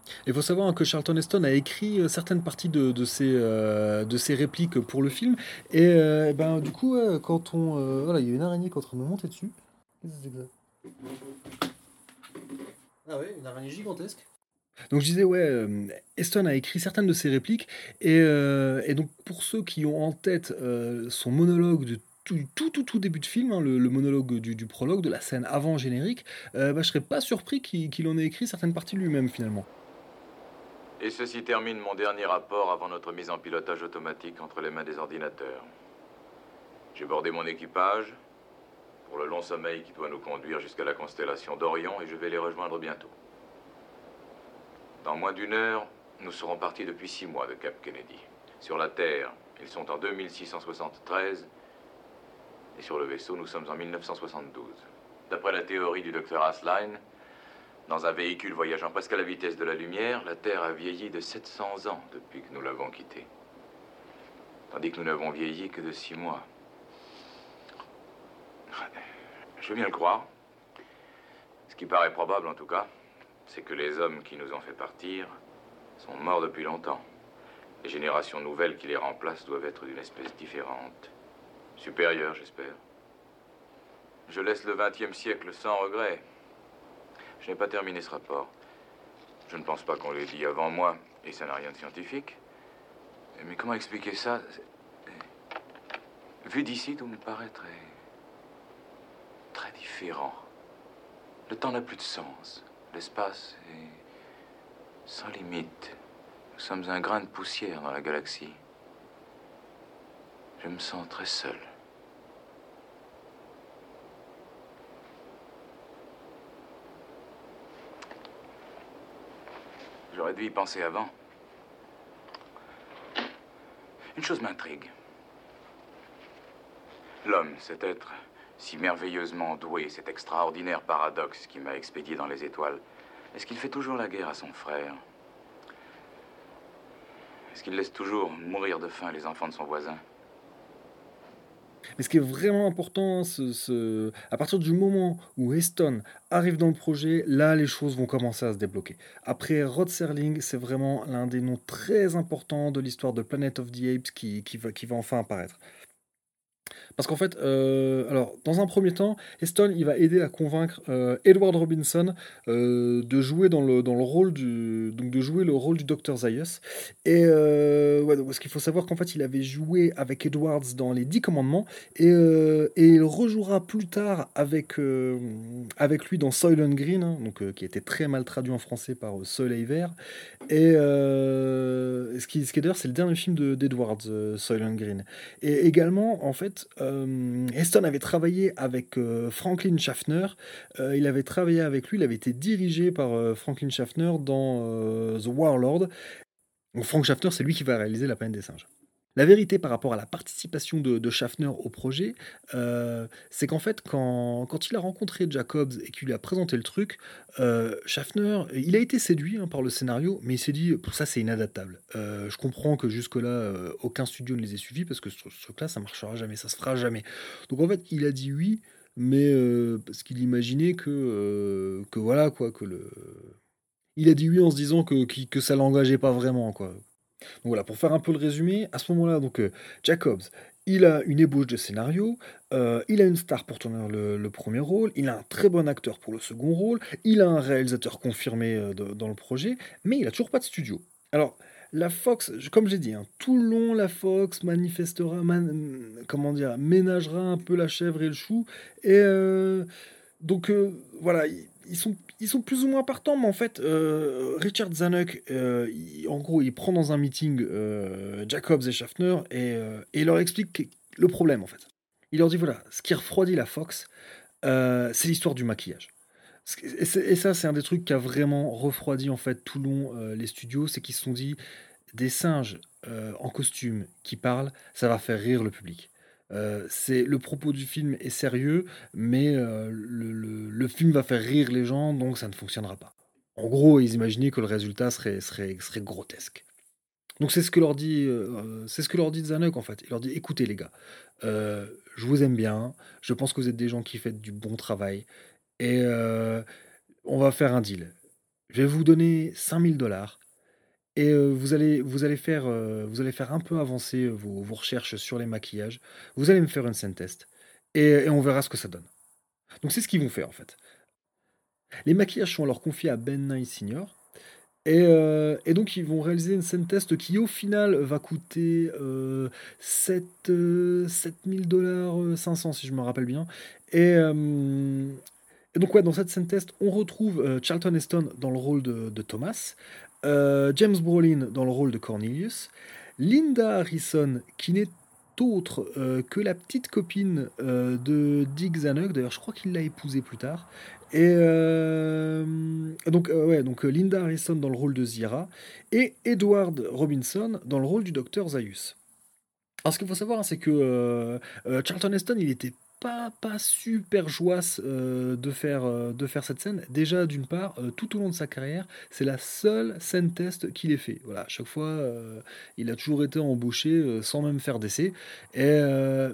[SPEAKER 1] Il faut savoir hein, que Charlton Heston a écrit euh, certaines parties de, de ses, euh, de ses répliques pour le film. Et euh, eh ben, du coup, ouais, quand on. euh, voilà, il y a une araignée qui est en train de me monter dessus. Qu'est-ce que c'est que ça? Ah ouais, une araignée gigantesque. Donc je disais, ouais, euh, Heston a écrit certaines de ses répliques, et, euh, et donc pour ceux qui ont en tête euh, son monologue de tout, tout, tout, tout début de film, hein, le, le monologue du, du prologue, de la scène avant générique, euh, bah, je serais pas surpris qu'il qu'il en ait écrit certaines parties lui-même finalement.
[SPEAKER 4] Et ceci termine mon dernier rapport avant notre mise en pilotage automatique entre les mains des ordinateurs. J'ai bordé mon équipage pour le long sommeil qui doit nous conduire jusqu'à la constellation d'Orion et je vais les rejoindre bientôt. Dans moins d'une heure, nous serons partis depuis six mois de Cap Kennedy. Sur la Terre, ils sont en deux mille six cent soixante-treize et sur le vaisseau, nous sommes en mille neuf cent soixante-douze. D'après la théorie du docteur Asline, dans un véhicule voyageant presque à la vitesse de la lumière, la Terre a vieilli de sept cents ans depuis que nous l'avons quittée. Tandis que nous n'avons vieilli que de six mois. Je veux bien le croire. Ce qui paraît probable, en tout cas, c'est que les hommes qui nous ont fait partir sont morts depuis longtemps. Les générations nouvelles qui les remplacent doivent être d'une espèce différente. Supérieure, j'espère. Je laisse le vingtième siècle sans regret. Je n'ai pas terminé ce rapport. Je ne pense pas qu'on l'ait dit avant moi, et ça n'a rien de scientifique. Mais comment expliquer ça? Vu d'ici, tout me paraît très... très différent. Le temps n'a plus de sens. L'espace est sans limite. Nous sommes un grain de poussière dans la galaxie. Je me sens très seul. J'aurais dû y penser avant. Une chose m'intrigue. L'homme, cet être si merveilleusement doué, cet extraordinaire paradoxe qui m'a expédié dans les étoiles, est-ce qu'il fait toujours la guerre à son frère? Est-ce qu'il laisse toujours mourir de faim les enfants de son voisin?
[SPEAKER 1] Mais ce qui est vraiment important, ce, ce- à partir du moment où Heston arrive dans le projet, là, les choses vont commencer à se débloquer. Après, Rod Serling, c'est vraiment l'un des noms très importants de l'histoire de Planet of the Apes qui, qui va, qui va enfin apparaître. Parce qu'en fait, euh, alors, dans un premier temps, Heston, il va aider à convaincre euh, Edward Robinson euh, de jouer dans le, dans le rôle du, donc de jouer le rôle du docteur Zaius. Et euh, ouais, donc, parce qu'il faut savoir qu'en fait, il avait joué avec Edwards dans les Dix Commandements et, euh, et il rejouera plus tard avec, euh, avec lui dans Soylent Green, hein, donc, euh, qui a été très mal traduit en français par euh, Soleil Vert. Et euh, ce qui, ce qui est d'ailleurs, c'est le dernier film de- d'Edwards, euh, Soylent Green. Et également, en fait, euh, Heston avait travaillé avec euh, Franklin Schaffner. Euh, il avait travaillé avec lui, il avait été dirigé par euh, Franklin Schaffner dans euh, The Warlord. Donc Frank Schaffner, c'est lui qui va réaliser La planète des singes. La vérité par rapport à la participation de, de Schaffner au projet, euh, c'est qu'en fait, quand, quand il a rencontré Jacobs et qu'il lui a présenté le truc, euh, Schaffner, il a été séduit hein, par le scénario, mais il s'est dit, pour ça, c'est inadaptable. Euh, je comprends que jusque-là, euh, aucun studio ne les ait suivis, parce que ce, ce truc-là, ça marchera jamais, ça se fera jamais. Donc en fait, il a dit oui, mais euh, parce qu'il imaginait que, euh, que voilà, quoi, que le... Il a dit oui en se disant que, qui- que ça l'engageait pas vraiment, quoi. Donc voilà, pour faire un peu le résumé, à ce moment-là, donc euh, Jacobs, il a une ébauche de scénario, euh, il a une star pour tourner le, le premier rôle, il a un très bon acteur pour le second rôle, il a un réalisateur confirmé euh, de- dans le projet, mais il a toujours pas de studio. Alors, la Fox, je- comme j'ai dit, hein, tout le long, la Fox manifestera, man- comment dire, ménagera un peu la chèvre et le chou, et euh, donc euh, voilà, ils ils sont, ils sont plus ou moins partants, mais en fait, euh, Richard Zanuck, euh, il- en gros, il prend dans un meeting euh, Jacobs et Schaffner et, euh, et il leur explique que- le problème, en fait. Il leur dit, voilà, ce qui refroidit la Fox, euh, c'est l'histoire du maquillage. Ce qui- Et, c'est- et ça, c'est un des trucs qui a vraiment refroidi, en fait, tout le long euh, les studios, c'est qu'ils se sont dit, des singes euh, en costume qui parlent, ça va faire rire le public. Euh, c'est le propos du film est sérieux, mais euh, le, le- le film va faire rire les gens, donc ça ne fonctionnera pas. En gros, ils imaginaient que le résultat serait, serait, serait grotesque. Donc c'est ce que leur dit, euh, c'est ce que leur dit Zanuck en fait. Il leur dit écoutez les gars, euh, je vous aime bien, je pense que vous êtes des gens qui faites du bon travail et euh, on va faire un deal. je vais vous donner cinq mille dollars et euh, vous allez, vous allez faire, euh, vous allez faire un peu avancer vos, vos recherches sur les maquillages. Vous allez me faire une scène test et, et on verra ce que ça donne. Donc c'est ce qu'ils vont faire en fait. Les maquillages sont alors confiés à Ben Nye senior. Et, euh, et donc ils vont réaliser une scène test qui au final va coûter euh, sept, euh, sept mille dollars euh, cinq cents si je me rappelle bien. Et, euh, et donc ouais, dans cette scène test, on retrouve euh, Charlton Heston dans le rôle de, de Thomas, euh, James Brolin dans le rôle de Cornelius, Linda Harrison qui n'est autre euh, que la petite copine euh, de Dick Zanuck, d'ailleurs je crois qu'il l'a épousée plus tard. Et euh, donc, euh, ouais, donc euh, Linda Harrison dans le rôle de Zira et Edward Robinson dans le rôle du docteur Zaius. Alors ce qu'il faut savoir, hein, c'est que euh, euh, Charlton Heston, il était pas, pas super joasse euh, de, faire, euh, de faire cette scène. Déjà, d'une part, euh, tout au long de sa carrière, c'est la seule scène test qu'il ait fait. Voilà, à chaque fois, euh, il a toujours été embauché euh, sans même faire d'essai. Et, euh,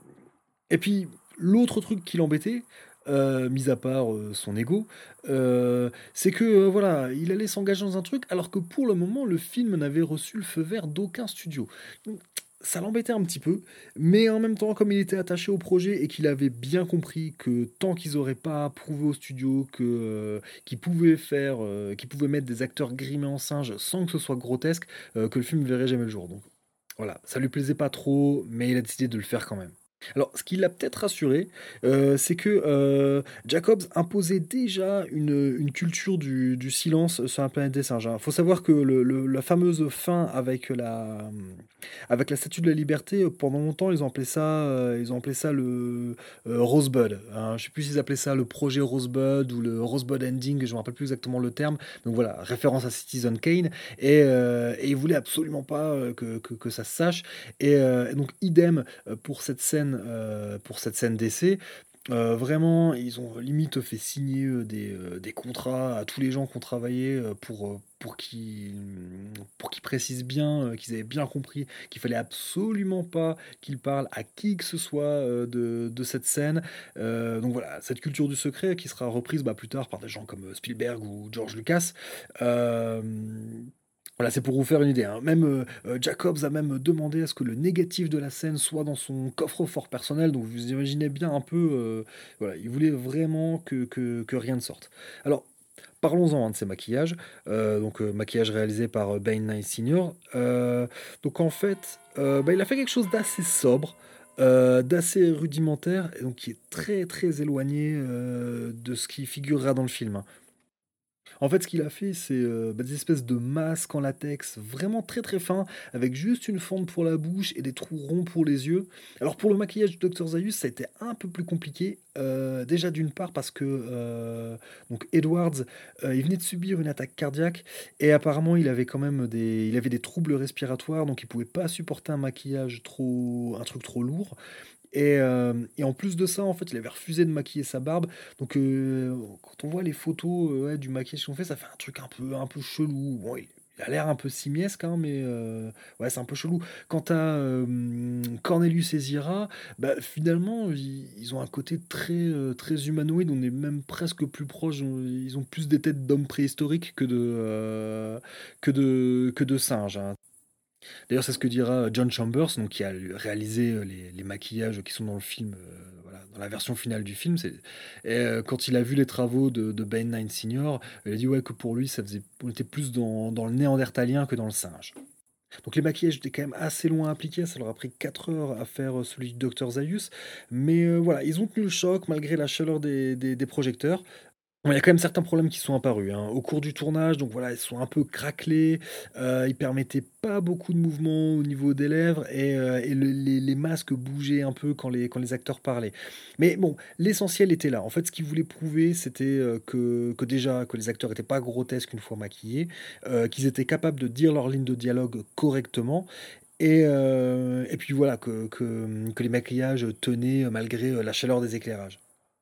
[SPEAKER 1] et puis, l'autre truc qui l'embêtait, euh, mis à part euh, son ego, euh, c'est que euh, voilà, il allait s'engager dans un truc alors que pour le moment, le film n'avait reçu le feu vert d'aucun studio. Donc, ça l'embêtait un petit peu, mais en même temps, comme il était attaché au projet et qu'il avait bien compris que tant qu'ils n'auraient pas prouvé au studio que euh, qu'ils pouvaient faire, euh, qu'ils pouvaient mettre des acteurs grimés en singe sans que ce soit grotesque, euh, que le film ne verrait jamais le jour. Donc voilà, ça lui plaisait pas trop, mais il a décidé de le faire quand même. Alors, ce qui l'a peut-être rassuré, euh, c'est que euh, Jacobs imposait déjà une, une culture du, du silence sur la planète des singes. Il faut savoir que le, le- la fameuse fin avec la, avec la Statue de la Liberté, pendant longtemps, ils ont appelé ça, euh, ils ont appelé ça le euh, Rosebud. Hein. Je ne sais plus s'ils appelaient ça le projet Rosebud ou le Rosebud Ending, je ne me rappelle plus exactement le terme. Donc voilà, référence à Citizen Kane. Et, euh, et ils voulaient absolument pas euh, que, que, que ça se sache. Et, euh, et donc, idem euh, pour cette scène, euh, pour cette scène d'essai. Euh, vraiment, ils ont limite fait signer euh, des, euh, des contrats à tous les gens qui ont travaillé euh, pour, euh, pour qu'ils pour qu'ils précisent bien, euh, qu'ils avaient bien compris qu'il fallait absolument pas qu'ils parlent à qui que ce soit euh, de, de cette scène. Euh, donc voilà, cette culture du secret qui sera reprise bah, plus tard par des gens comme euh, Spielberg ou George Lucas. Euh, voilà, c'est pour vous faire une idée. Hein. Même euh, euh, Jacobs a même demandé à ce que le négatif de la scène soit dans son coffre-fort personnel. Donc vous imaginez bien un peu. Euh, voilà, il voulait vraiment que, que, que rien ne sorte. Alors, parlons-en hein, de ces maquillages. Euh, donc, euh, maquillage réalisé par euh, Ben Nye senior Euh, donc, en fait, euh, bah, il a fait quelque chose d'assez sobre. euh, d'assez rudimentaire et donc qui est très très éloigné euh, de ce qui figurera dans le film. Hein. En fait, ce qu'il a fait, c'est euh, bah, des espèces de masques en latex vraiment très très fins, avec juste une fente pour la bouche et des trous ronds pour les yeux. Alors pour le maquillage du docteur Zaius, ça a été un peu plus compliqué. Euh, déjà d'une part parce que euh, donc Edwards, euh, il venait de subir une attaque cardiaque et apparemment il avait quand même des, il avait des troubles respiratoires, donc il pouvait pas supporter un maquillage trop, un truc trop lourd. Et, euh, et en plus de ça, en fait, il avait refusé de maquiller sa barbe. Donc, euh, quand on voit les photos euh, ouais, du maquillage qu'on fait, ça fait un truc un peu, un peu chelou. Bon, il, il a l'air un peu simiesque, hein, mais euh, ouais, c'est un peu chelou. Quant à euh, Cornelius et Zira, bah, finalement, ils, ils ont un côté très, euh, très humanoïde. On est même presque plus proche. on- Ils ont plus des têtes d'hommes préhistoriques que de, euh, que de, que de singes. Hein. D'ailleurs, c'est ce que dira John Chambers, donc, qui a réalisé euh, les, les maquillages qui sont dans le film, euh, voilà, dans la version finale du film. C'est, et, euh, quand il a vu les travaux de, de Ben Nye senior, il a dit ouais, que pour lui, ça faisait, on était plus dans, dans le néandertalien que dans le singe. Donc les maquillages étaient quand même assez loin à appliquer, ça leur a pris quatre heures à faire euh, celui du docteur Zaius, mais euh, voilà, ils ont tenu le choc malgré la chaleur des, des- des projecteurs. Bon, il y a quand même certains problèmes qui sont apparus hein, au cours du tournage, donc voilà, ils sont un peu craquelés, euh, ils permettaient pas beaucoup de mouvements au niveau des lèvres et, euh, et le- les, les masques bougeaient un peu quand les, quand les acteurs parlaient. Mais bon, l'essentiel était là. En fait, ce qu'ils voulaient prouver, c'était euh, que, que déjà que les acteurs n'étaient pas grotesques une fois maquillés, euh, qu'ils étaient capables de dire leur ligne de dialogue correctement. Et, euh, et puis voilà, que, que, que les maquillages tenaient malgré euh, la chaleur des éclairages.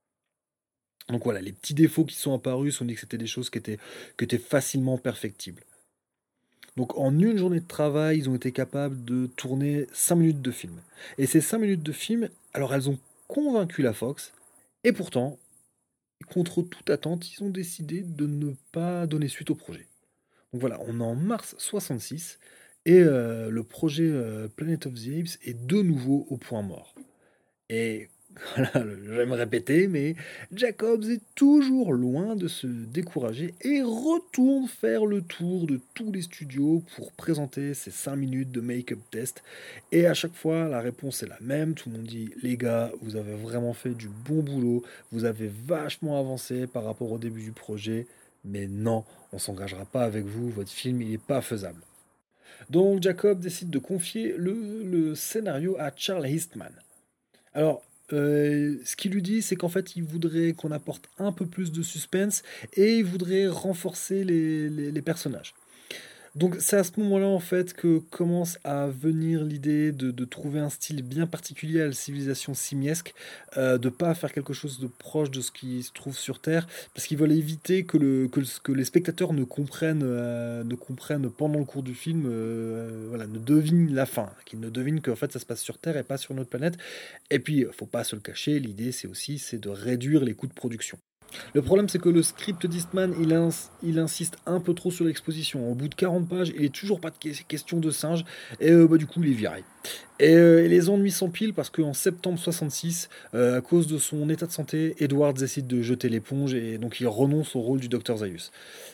[SPEAKER 1] Donc voilà, les petits défauts qui sont apparus sont dit que c'était des choses qui étaient, qui étaient facilement perfectibles. Donc en une journée de travail, ils ont été capables de tourner cinq minutes de film. Et ces cinq minutes de film, alors elles ont convaincu la Fox, et pourtant, contre toute attente, ils ont décidé de ne pas donner suite au projet. Donc voilà, on est en mars soixante-six et euh, le projet euh, Planet of the Apes est de nouveau au point mort. Et voilà, le- je vais me répéter, mais Jacobs est toujours loin de se décourager et retourne faire le tour de tous les studios pour présenter ses cinq minutes de make-up test. Et à chaque fois, la réponse est la même. Tout le monde dit, les gars, vous avez vraiment fait du bon boulot, vous avez vachement avancé par rapport au début du projet, mais non, on s'engagera pas avec vous, votre film, il n'est pas faisable. Donc Jacob décide de confier le, le scénario à Charles Eastman. Alors, euh, ce qu'il lui dit, c'est qu'en fait, il voudrait qu'on apporte un peu plus de suspense et il voudrait renforcer les, les- les personnages. Donc c'est à ce moment-là en fait que commence à venir l'idée de, de trouver un style bien particulier à la civilisation simiesque, euh, de pas faire quelque chose de proche de ce qui se trouve sur Terre, parce qu'ils veulent éviter que, le, que, le- que les spectateurs ne comprennent, euh, ne comprennent pendant le cours du film, euh, voilà, ne devinent la fin, qu'ils ne devinent qu'en fait ça se passe sur Terre et pas sur notre planète. Et puis, faut pas se le cacher, l'idée c'est aussi c'est de réduire les coûts de production. Le problème, c'est que le script d'Eastman, il, ins- il insiste un peu trop sur l'exposition. Au bout de quarante pages, il n'est toujours pas de que- question de singe, et euh, bah, du coup, il est viré. Et, euh, et les ennuis s'empilent parce qu'en septembre soixante-six, euh, à cause de son état de santé, Edwards décide de jeter l'éponge et donc il renonce au rôle du docteur Zaius.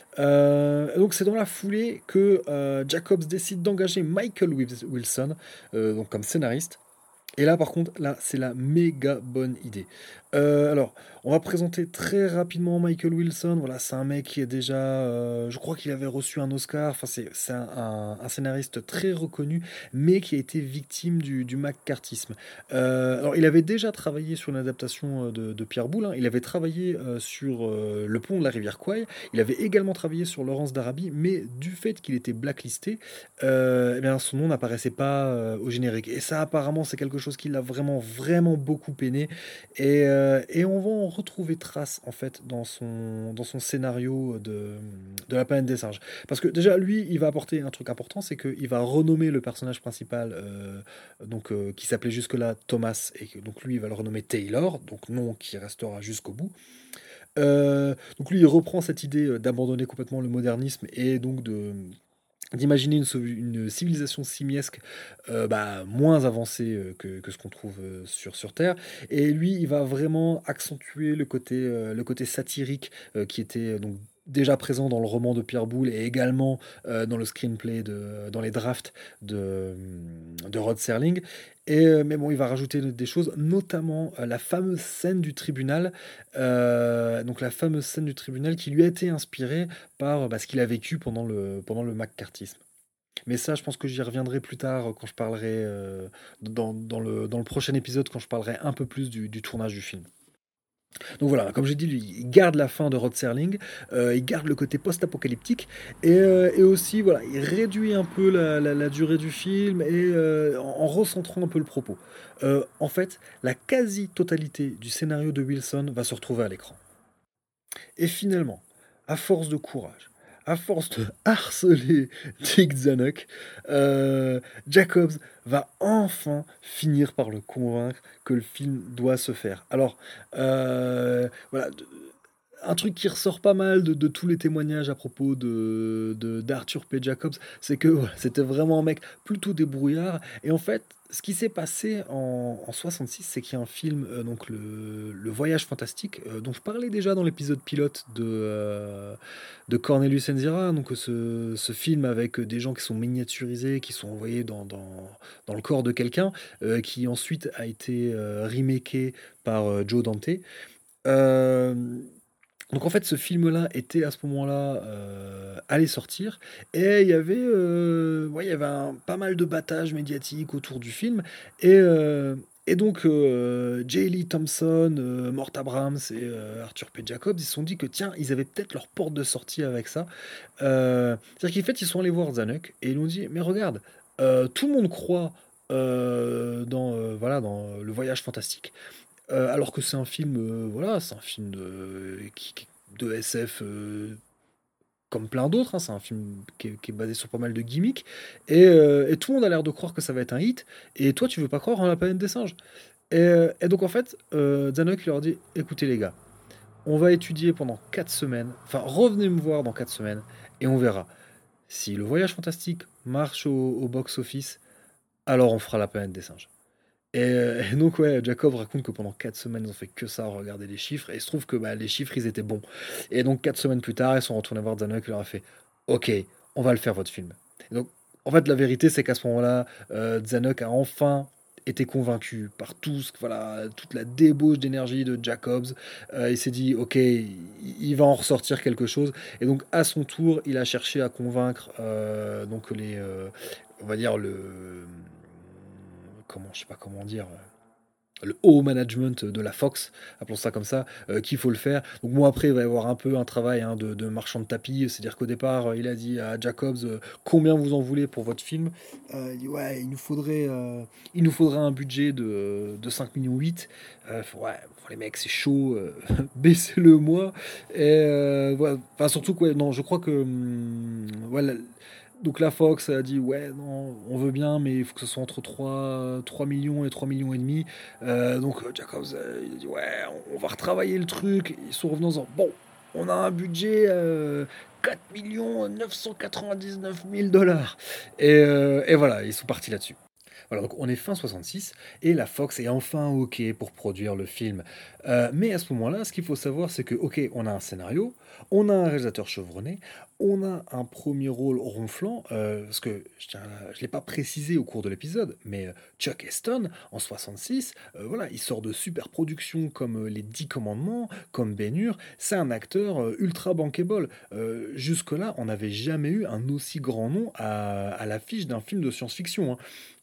[SPEAKER 1] Euh, donc c'est dans la foulée que euh, Jacobs décide d'engager Michael Wil- Wilson euh, donc comme scénariste. Et là, par contre, là, c'est la méga bonne idée. Euh, alors, on va présenter très rapidement Michael Wilson. Voilà, c'est un mec qui est déjà, euh, je crois qu'il avait reçu un Oscar. Enfin, c'est c'est un, un- un scénariste très reconnu, mais qui a été victime du, du McCarthyisme. Euh, alors, il avait déjà travaillé sur une adaptation euh, de, de Pierre Boulle, hein. Il avait travaillé euh, sur euh, Le Pont de la rivière Kwai. Il avait également travaillé sur Laurence d'Arabie, mais du fait qu'il était blacklisté, euh, eh bien, son nom n'apparaissait pas euh, au générique. Et ça, apparemment, c'est quelque chose qui l'a vraiment, vraiment beaucoup peiné. Et, euh, et on va en retrouver trace, en fait, dans son, dans son scénario de, de La planète des singes. Parce que déjà, lui, il va apporter un truc important, c'est qu'il va renommer le personnage principal, euh, donc, euh, qui s'appelait jusque-là Thomas, et que, donc lui, il va le renommer Taylor, donc nom qui restera jusqu'au bout. Euh, donc lui, il reprend cette idée euh, d'abandonner complètement le modernisme et donc de d'imaginer une, so- une civilisation simiesque euh, bah, moins avancée euh, que, que ce qu'on trouve euh, sur, sur Terre. Et lui, il va vraiment accentuer le côté, euh, le côté satirique euh, qui était euh, donc déjà présent dans le roman de Pierre Boulle et également euh, dans le screenplay, de, dans les drafts de, de Rod Serling. Et, euh, mais bon, il va rajouter des choses, notamment euh, la fameuse scène du tribunal, euh, donc la fameuse scène du tribunal qui lui a été inspirée par bah, ce qu'il a vécu pendant le, pendant le McCarthyisme. Mais ça, je pense que j'y reviendrai plus tard quand je parlerai euh, dans, dans le, dans le prochain épisode, quand je parlerai un peu plus du, du tournage du film. Donc voilà, comme j'ai dit, lui, il garde la fin de Rod Serling, euh, il garde le côté post-apocalyptique, et, euh, et aussi, voilà, il réduit un peu la, la- la durée du film, et euh, en, en recentrant un peu le propos. Euh, en fait, la quasi-totalité du scénario de Wilson va se retrouver à l'écran. Et finalement, à force de courage, à force de harceler Dick Zanuck, euh, Jacobs va enfin finir par le convaincre que le film doit se faire. Alors, euh, voilà, de- un truc qui ressort pas mal de, de tous les témoignages à propos de, de- d'Arthur P. Jacobs, c'est que voilà, c'était vraiment un mec plutôt débrouillard. Et en fait, ce qui s'est passé en, en soixante-six, c'est qu'il y a un film, euh, donc le, le Voyage fantastique, euh, dont je parlais déjà dans l'épisode pilote de, euh, de Cornelius Enzira, donc ce, ce film avec des gens qui sont miniaturisés, qui sont envoyés dans, dans, dans le corps de quelqu'un, euh, qui ensuite a été euh, remaké par euh, Joe Dante. Euh, donc en fait, ce film-là était à ce moment-là euh, allait sortir et il y avait, euh, ouais, il y avait un- pas mal de battage médiatique autour du film et, euh, et donc euh, J. Lee Thompson, euh, Mort Abrams et euh, Arthur P. Jacobs, ils se sont dit que tiens, ils avaient peut-être leur porte de sortie avec ça. Euh, C'est-à-dire qu'en fait, ils sont allés voir Zanuck et ils lui ont dit mais regarde, euh, tout le monde croit euh, dans euh, voilà dans le voyage fantastique. Euh, alors que c'est un film, euh, voilà, c'est un film de, qui- qui- de S F euh, comme plein d'autres, hein. C'est un film qui est, qui est basé sur pas mal de gimmicks. Et, euh, et tout le monde a l'air de croire que ça va être un hit. Et toi, tu veux pas croire en la planète des singes. Et, euh, et donc, en fait, euh, Zanuck leur dit écoutez, les gars, On va étudier pendant quatre semaines, enfin revenez me voir dans quatre semaines, et on verra. Si le voyage fantastique marche au, au box-office, alors on fera la planète des singes. Et, euh, et donc ouais, Jacob raconte que pendant quatre semaines, ils ont fait que ça, regarder les chiffres, et il se trouve que bah, les chiffres, ils étaient bons. Et donc quatre semaines plus tard, ils sont retournés voir Zanuck, il leur a fait « Ok, on va le faire, votre film. » Et donc, en fait, la vérité, c'est qu'à ce moment-là, euh, Zanuck a enfin été convaincu par tout ce- voilà, toute la débauche d'énergie de Jacobs. Euh, il s'est dit « Ok, il, il va en ressortir quelque chose. » Et donc, à son tour, il a cherché à convaincre euh, donc les, euh, on va dire le comment, je sais pas comment dire, euh, le haut management de la Fox, appelons ça comme ça, euh, qu'il faut le faire. Donc moi après, il va y avoir un peu un travail hein, de, de marchand de tapis, c'est-à-dire qu'au départ, euh, il a dit à Jacobs euh, combien vous en voulez pour votre film. Euh, il dit ouais, il nous faudrait, euh, il nous faudrait un budget de, de cinq virgule huit millions. Euh, faut- ouais, bon, les mecs, c'est chaud, euh, baissez-le moi. Et euh, ouais, enfin surtout quoi, non, je crois que hum, voilà. Donc la Fox a dit ouais non on veut bien mais il faut que ce soit entre trois trois millions et trois millions et demi. Euh, donc euh, Jacobs euh, il a dit ouais on, on va retravailler le truc. Ils sont revenus en disant bon on a un budget euh, quatre millions neuf cent quatre-vingt-dix-neuf mille dollars et, euh, et voilà ils sont partis là-dessus. Voilà, donc on est fin soixante-six et la Fox est enfin OK pour produire le film. Euh, mais à ce moment-là, ce qu'il faut savoir, c'est que, OK, on a un scénario, on a un réalisateur chevronné, on a un premier rôle ronflant, euh, parce que je ne l'ai pas précisé au cours de l'épisode, mais euh, Chuck Heston, en soixante-six, euh, voilà, il sort de super productions comme euh, Les Dix Commandements, comme Ben-Hur, c'est un acteur euh, ultra bankable. Euh, jusque-là, on n'avait jamais eu un aussi grand nom à, à l'affiche d'un film de science-fiction, hein.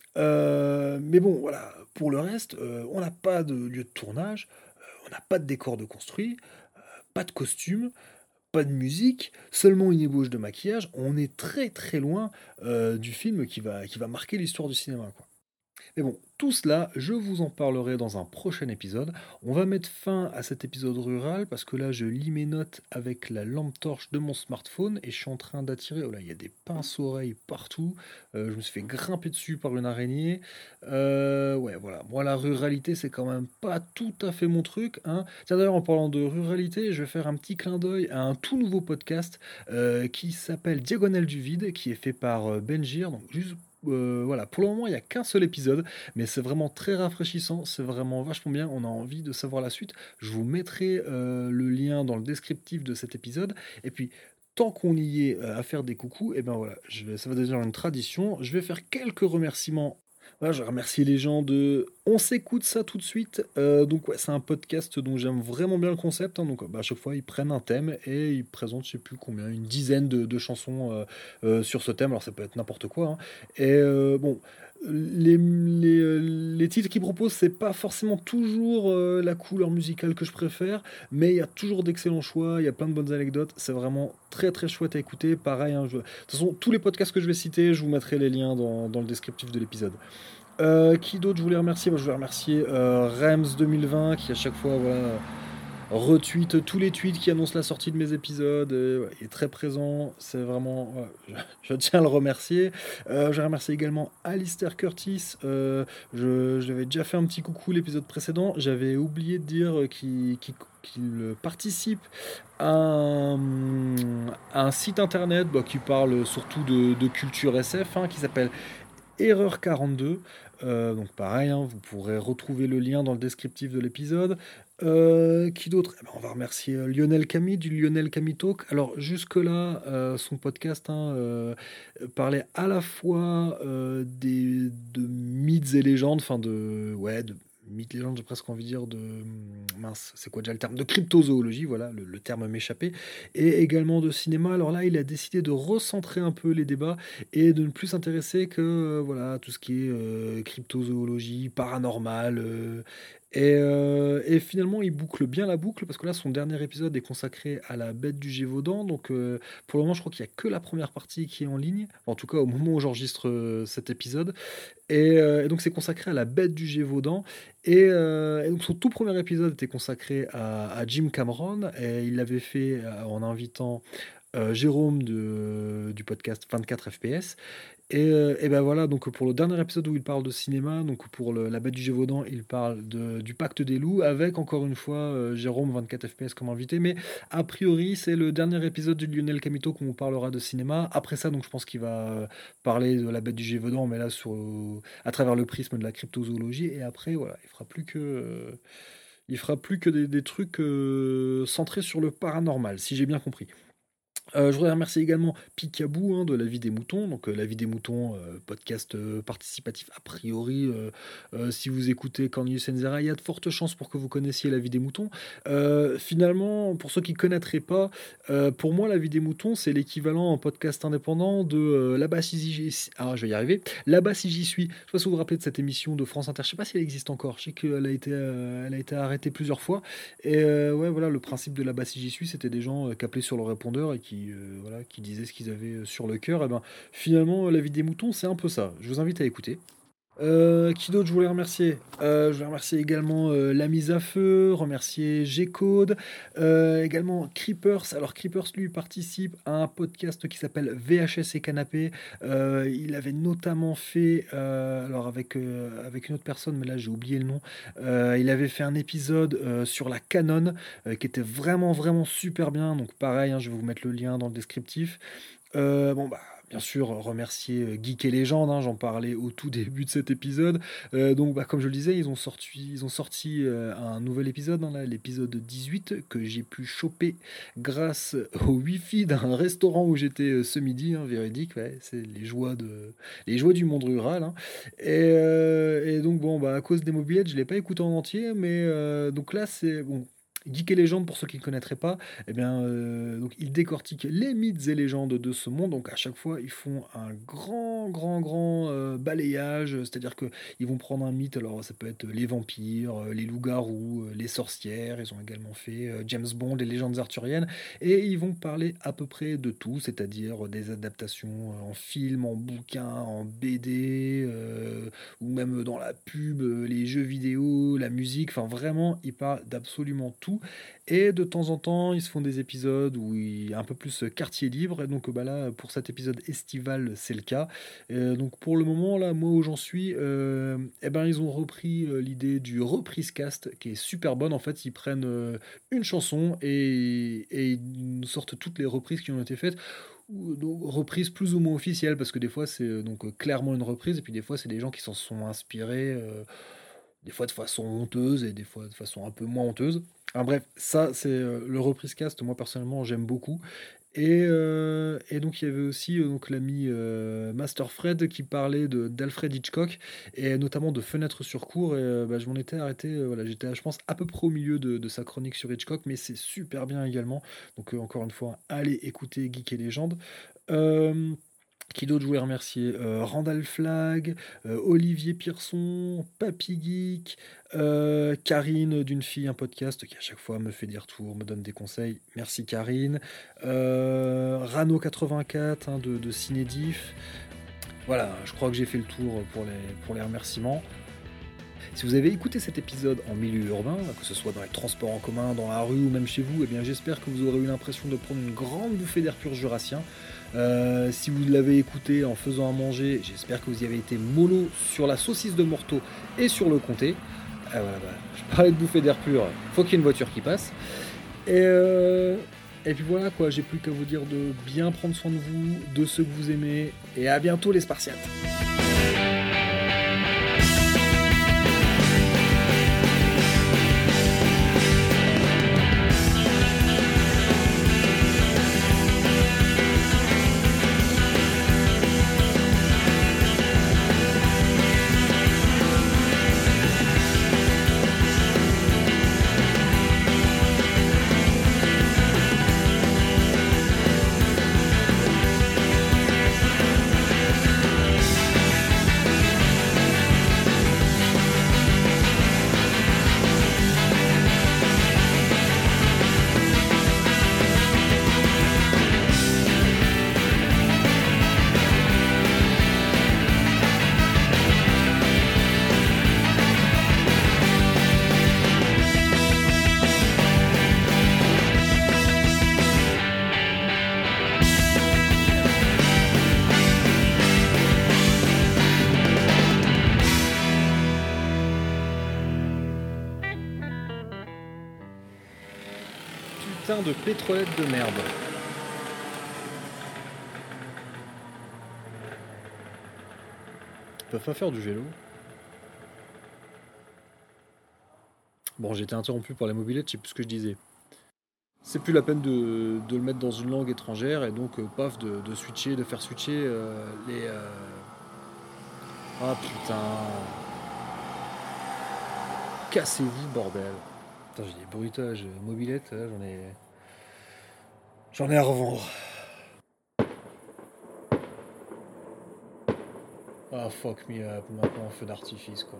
[SPEAKER 1] Euh, mais bon, voilà, pour le reste, euh, on n'a pas de lieu de tournage, euh, on n'a pas de décor de construit, pas de costume, pas de musique, seulement une ébauche de maquillage. On est très très loin euh, du film qui va, qui va marquer l'histoire du cinéma, quoi. Mais bon, tout cela, je vous en parlerai dans un prochain épisode. On va mettre fin à cet épisode rural parce que là, je lis mes notes avec la lampe torche de mon smartphone et je suis en train d'attirer. Oh là, il y a des pinces-oreilles partout. Euh, je me suis fait grimper dessus par une araignée. Euh, ouais, voilà. Moi, la ruralité, c'est quand même pas tout à fait mon truc, hein. Tiens, d'ailleurs, en parlant de ruralité, je vais faire un petit clin d'œil à un tout nouveau podcast euh, qui s'appelle Diagonale du vide, qui est fait par euh, Benjir. Donc, juste euh, voilà, pour le moment, il n'y a qu'un seul épisode, mais c'est vraiment très rafraîchissant, c'est vraiment vachement bien, on a envie de savoir la suite. Je vous mettrai euh, le lien dans le descriptif de cet épisode. Et puis, tant qu'on y est euh, à faire des coucous, et ben voilà, je vais, ça va devenir une tradition. Je vais faire quelques remerciements. Voilà, je remercie les gens de On s'écoute ça tout de suite. Euh, donc ouais, c'est un podcast dont j'aime vraiment bien le concept, hein. Donc bah, à chaque fois ils prennent un thème et ils présentent je sais plus combien, une dizaine de, de chansons euh, euh, sur ce thème. Alors ça peut être n'importe quoi, hein. Et euh, bon, les, les, euh, les titres qu'ils proposent, c'est pas forcément toujours euh, la couleur musicale que je préfère, mais il y a toujours d'excellents choix, il y a plein de bonnes anecdotes, c'est vraiment très très chouette à écouter. Pareil, hein, je- de toute façon, tous les podcasts que je vais citer, je vous mettrai les liens dans, dans le descriptif de l'épisode. Euh, qui d'autre je voulais remercier? Moi, je voulais remercier euh, Rems deux mille vingt qui à chaque fois voilà, retweet tous les tweets qui annoncent la sortie de mes épisodes. Euh, ouais, il est très présent, c'est vraiment. Ouais, je, je tiens à le remercier. Euh, je remercie également Alistair Curtis. Euh, je, je lui avais déjà fait un petit coucou l'épisode précédent. J'avais oublié de dire qu'il qu'il- qu'il participe à un, à un site internet bah, qui parle surtout de, de culture S F hein, qui s'appelle Erreur quarante-deux. Euh, donc pareil, hein, vous pourrez retrouver le lien dans le descriptif de l'épisode. Euh, qui d'autre? Eh ben, on va remercier euh, Lionel Camille du Lionel Camille Talk. Alors jusque-là, euh, son podcast hein, euh, parlait à la fois euh, des, de mythes et légendes, enfin de, ouais, de mythes, légendes, j'ai presque envie de dire de mince, c'est quoi déjà le terme? De cryptozoologie, voilà, le, le terme m'échappait, et également de cinéma. Alors là, il a décidé de recentrer un peu les débats et de ne plus s'intéresser que euh, voilà tout ce qui est euh, cryptozoologie, paranormal. euh, et, euh, et finalement, il boucle bien la boucle parce que là, son dernier épisode est consacré à la bête du Gévaudan. Donc, euh, pour le moment, je crois qu'il n'y a que la première partie qui est en ligne. En tout cas, au moment où j'enregistre euh, cet épisode. Et, euh, et donc, c'est consacré à la bête du Gévaudan. Et, euh, et donc, son tout premier épisode était consacré à, à Jim Cameron. Et il l'avait fait euh, en invitant euh, Jérôme de, du podcast vingt-quatre F P S. Et, euh, et ben voilà, donc pour le dernier épisode où il parle de cinéma, donc pour le, La Bête du Gévaudan, il parle de, du Pacte des loups, avec encore une fois euh, Jérôme vingt-quatre F P S comme invité. Mais a priori, c'est le dernier épisode de Lionel Camito qu'on vous parlera de cinéma. Après ça, donc je pense qu'il va parler de La Bête du Gévaudan, mais là sur, à travers le prisme de la cryptozoologie. Et après, voilà, il fera plus que. Euh, il fera plus que des, des trucs euh, centrés sur le paranormal, si j'ai bien compris. Euh, je voudrais remercier également Picaboo hein, de La Vie des Moutons. Donc, euh, La Vie des Moutons, euh, podcast euh, participatif. A priori, euh, euh, si vous écoutez Cornelius Enzera, il y a de fortes chances pour que vous connaissiez La Vie des Moutons. Euh, finalement, pour ceux qui ne connaîtraient pas, euh, pour moi, La Vie des Moutons, c'est l'équivalent en podcast indépendant de euh, Là-bas si j'y suis. Ah, je vais y arriver. Là-bas si j'y suis. Je ne sais pas si vous vous rappelez de cette émission de France Inter. Je ne sais pas si elle existe encore. Je sais qu'elle a été, euh, elle a été arrêtée plusieurs fois. Et euh, ouais, voilà, le principe de Là-bas si j'y suis, c'était des gens euh, qui appelaient sur le répondeur et qui Euh, voilà, qui disaient ce qu'ils avaient sur le cœur. Et ben, finalement, La Vie des Moutons, c'est un peu ça. Je vous invite à écouter. Euh, qui d'autre je voulais remercier euh, Je voulais remercier également euh, La Mise à Feu, remercier G-Code, euh, également Creepers. Alors Creepers lui participe à un podcast qui s'appelle V H S et Canapé. Euh, il avait notamment fait, euh, alors avec, euh, avec une autre personne, mais là j'ai oublié le nom, euh, il avait fait un épisode euh, sur la Canon euh, qui était vraiment vraiment super bien. Donc pareil, hein, je vais vous mettre le lien dans le descriptif. Euh, bon bah bien sûr, remercier Geek et Légende, hein, j'en parlais au tout début de cet épisode. Euh, donc, bah, comme je le disais, ils ont sorti, ils ont sorti euh, un nouvel épisode, hein, là, l'épisode dix-huit, que j'ai pu choper grâce au Wi-Fi d'un restaurant où j'étais euh, ce midi, hein, véridique, ouais, c'est les joies, de, les joies du monde rural. Hein. Et, euh, et donc, bon, bah, à cause des mobilettes, je ne l'ai pas écouté en entier, mais euh, donc là, c'est bon. Geek et Légende, pour ceux qui ne connaîtraient pas, eh bien, euh, donc, ils décortiquent les mythes et légendes de ce monde. Donc, à chaque fois, ils font un grand, grand, grand euh, balayage. C'est-à-dire qu'ils vont prendre un mythe. Alors, ça peut être les vampires, euh, les loups-garous, euh, les sorcières. Ils ont également fait euh, James Bond, les légendes arthuriennes. Et ils vont parler à peu près de tout, c'est-à-dire des adaptations en film, en bouquin, en B D, euh, ou même dans la pub, les jeux vidéo, la musique. Enfin, vraiment, ils parlent d'absolument tout. Et de temps en temps, ils se font des épisodes où il y a un peu plus quartier libre. Et donc bah là, pour cet épisode estival, c'est le cas. Et donc pour le moment, là, moi où j'en suis, euh, eh ben, ils ont repris euh, l'idée du reprise cast, qui est super bonne. En fait, ils prennent euh, une chanson et, et ils nous sortent toutes les reprises qui ont été faites. Donc, reprise plus ou moins officielle, parce que des fois, c'est donc clairement une reprise, et puis des fois, c'est des gens qui s'en sont inspirés, euh, des fois de façon honteuse, et des fois de façon un peu moins honteuse. Enfin, bref, ça, c'est euh, le reprise cast, moi personnellement, j'aime beaucoup. Et, euh, et donc, il y avait aussi euh, donc, l'ami euh, Master Fred qui parlait de, d'Alfred Hitchcock, et notamment de Fenêtre sur cour. Et euh, bah, je m'en étais arrêté, euh, voilà, j'étais, je pense, à peu près au milieu de, de sa chronique sur Hitchcock, mais c'est super bien également. Donc, euh, encore une fois, allez écouter Geek et Légende. Euh, Qui d'autre je voulais remercier euh, Randall Flagg, euh, Olivier Pierson, Papy Geek, euh, Karine d'une fille, un podcast qui à chaque fois me fait des retours, me donne des conseils. Merci Karine. Euh, Rano quatre-vingt-quatre hein, de, de Cinédif. Voilà, je crois que j'ai fait le tour pour les, pour les remerciements. Si vous avez écouté cet épisode en milieu urbain, que ce soit dans les transports en commun, dans la rue ou même chez vous, eh bien j'espère que vous aurez eu l'impression de prendre une grande bouffée d'air pur jurassien. Euh, si vous l'avez écouté en faisant à manger, j'espère que vous y avez été mollo sur la saucisse de Morteau et sur le comté. Ah, voilà, bah, je parlais de bouffée d'air pur, faut qu'il y ait une voiture qui passe. Et, euh, et puis voilà quoi, j'ai plus qu'à vous dire de bien prendre soin de vous, de ceux que vous aimez, et à bientôt les Spartiates. putain de pétrolette de merde. Ils peuvent pas faire du vélo. Bon, j'ai été interrompu par la mobilette, je sais plus ce que je disais. C'est plus la peine de, de le mettre dans une langue étrangère et donc, euh, paf, de, de switcher, de faire switcher euh, les... Euh... Ah putain. Cassez-vous, bordel. Putain, j'ai des bruitages mobilettes, là, j'en ai... J'en ai à revendre. Ah, fuck me up, maintenant un feu d'artifice, quoi.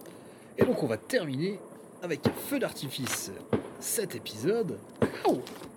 [SPEAKER 1] Et donc on va terminer avec un feu d'artifice cet épisode. Oh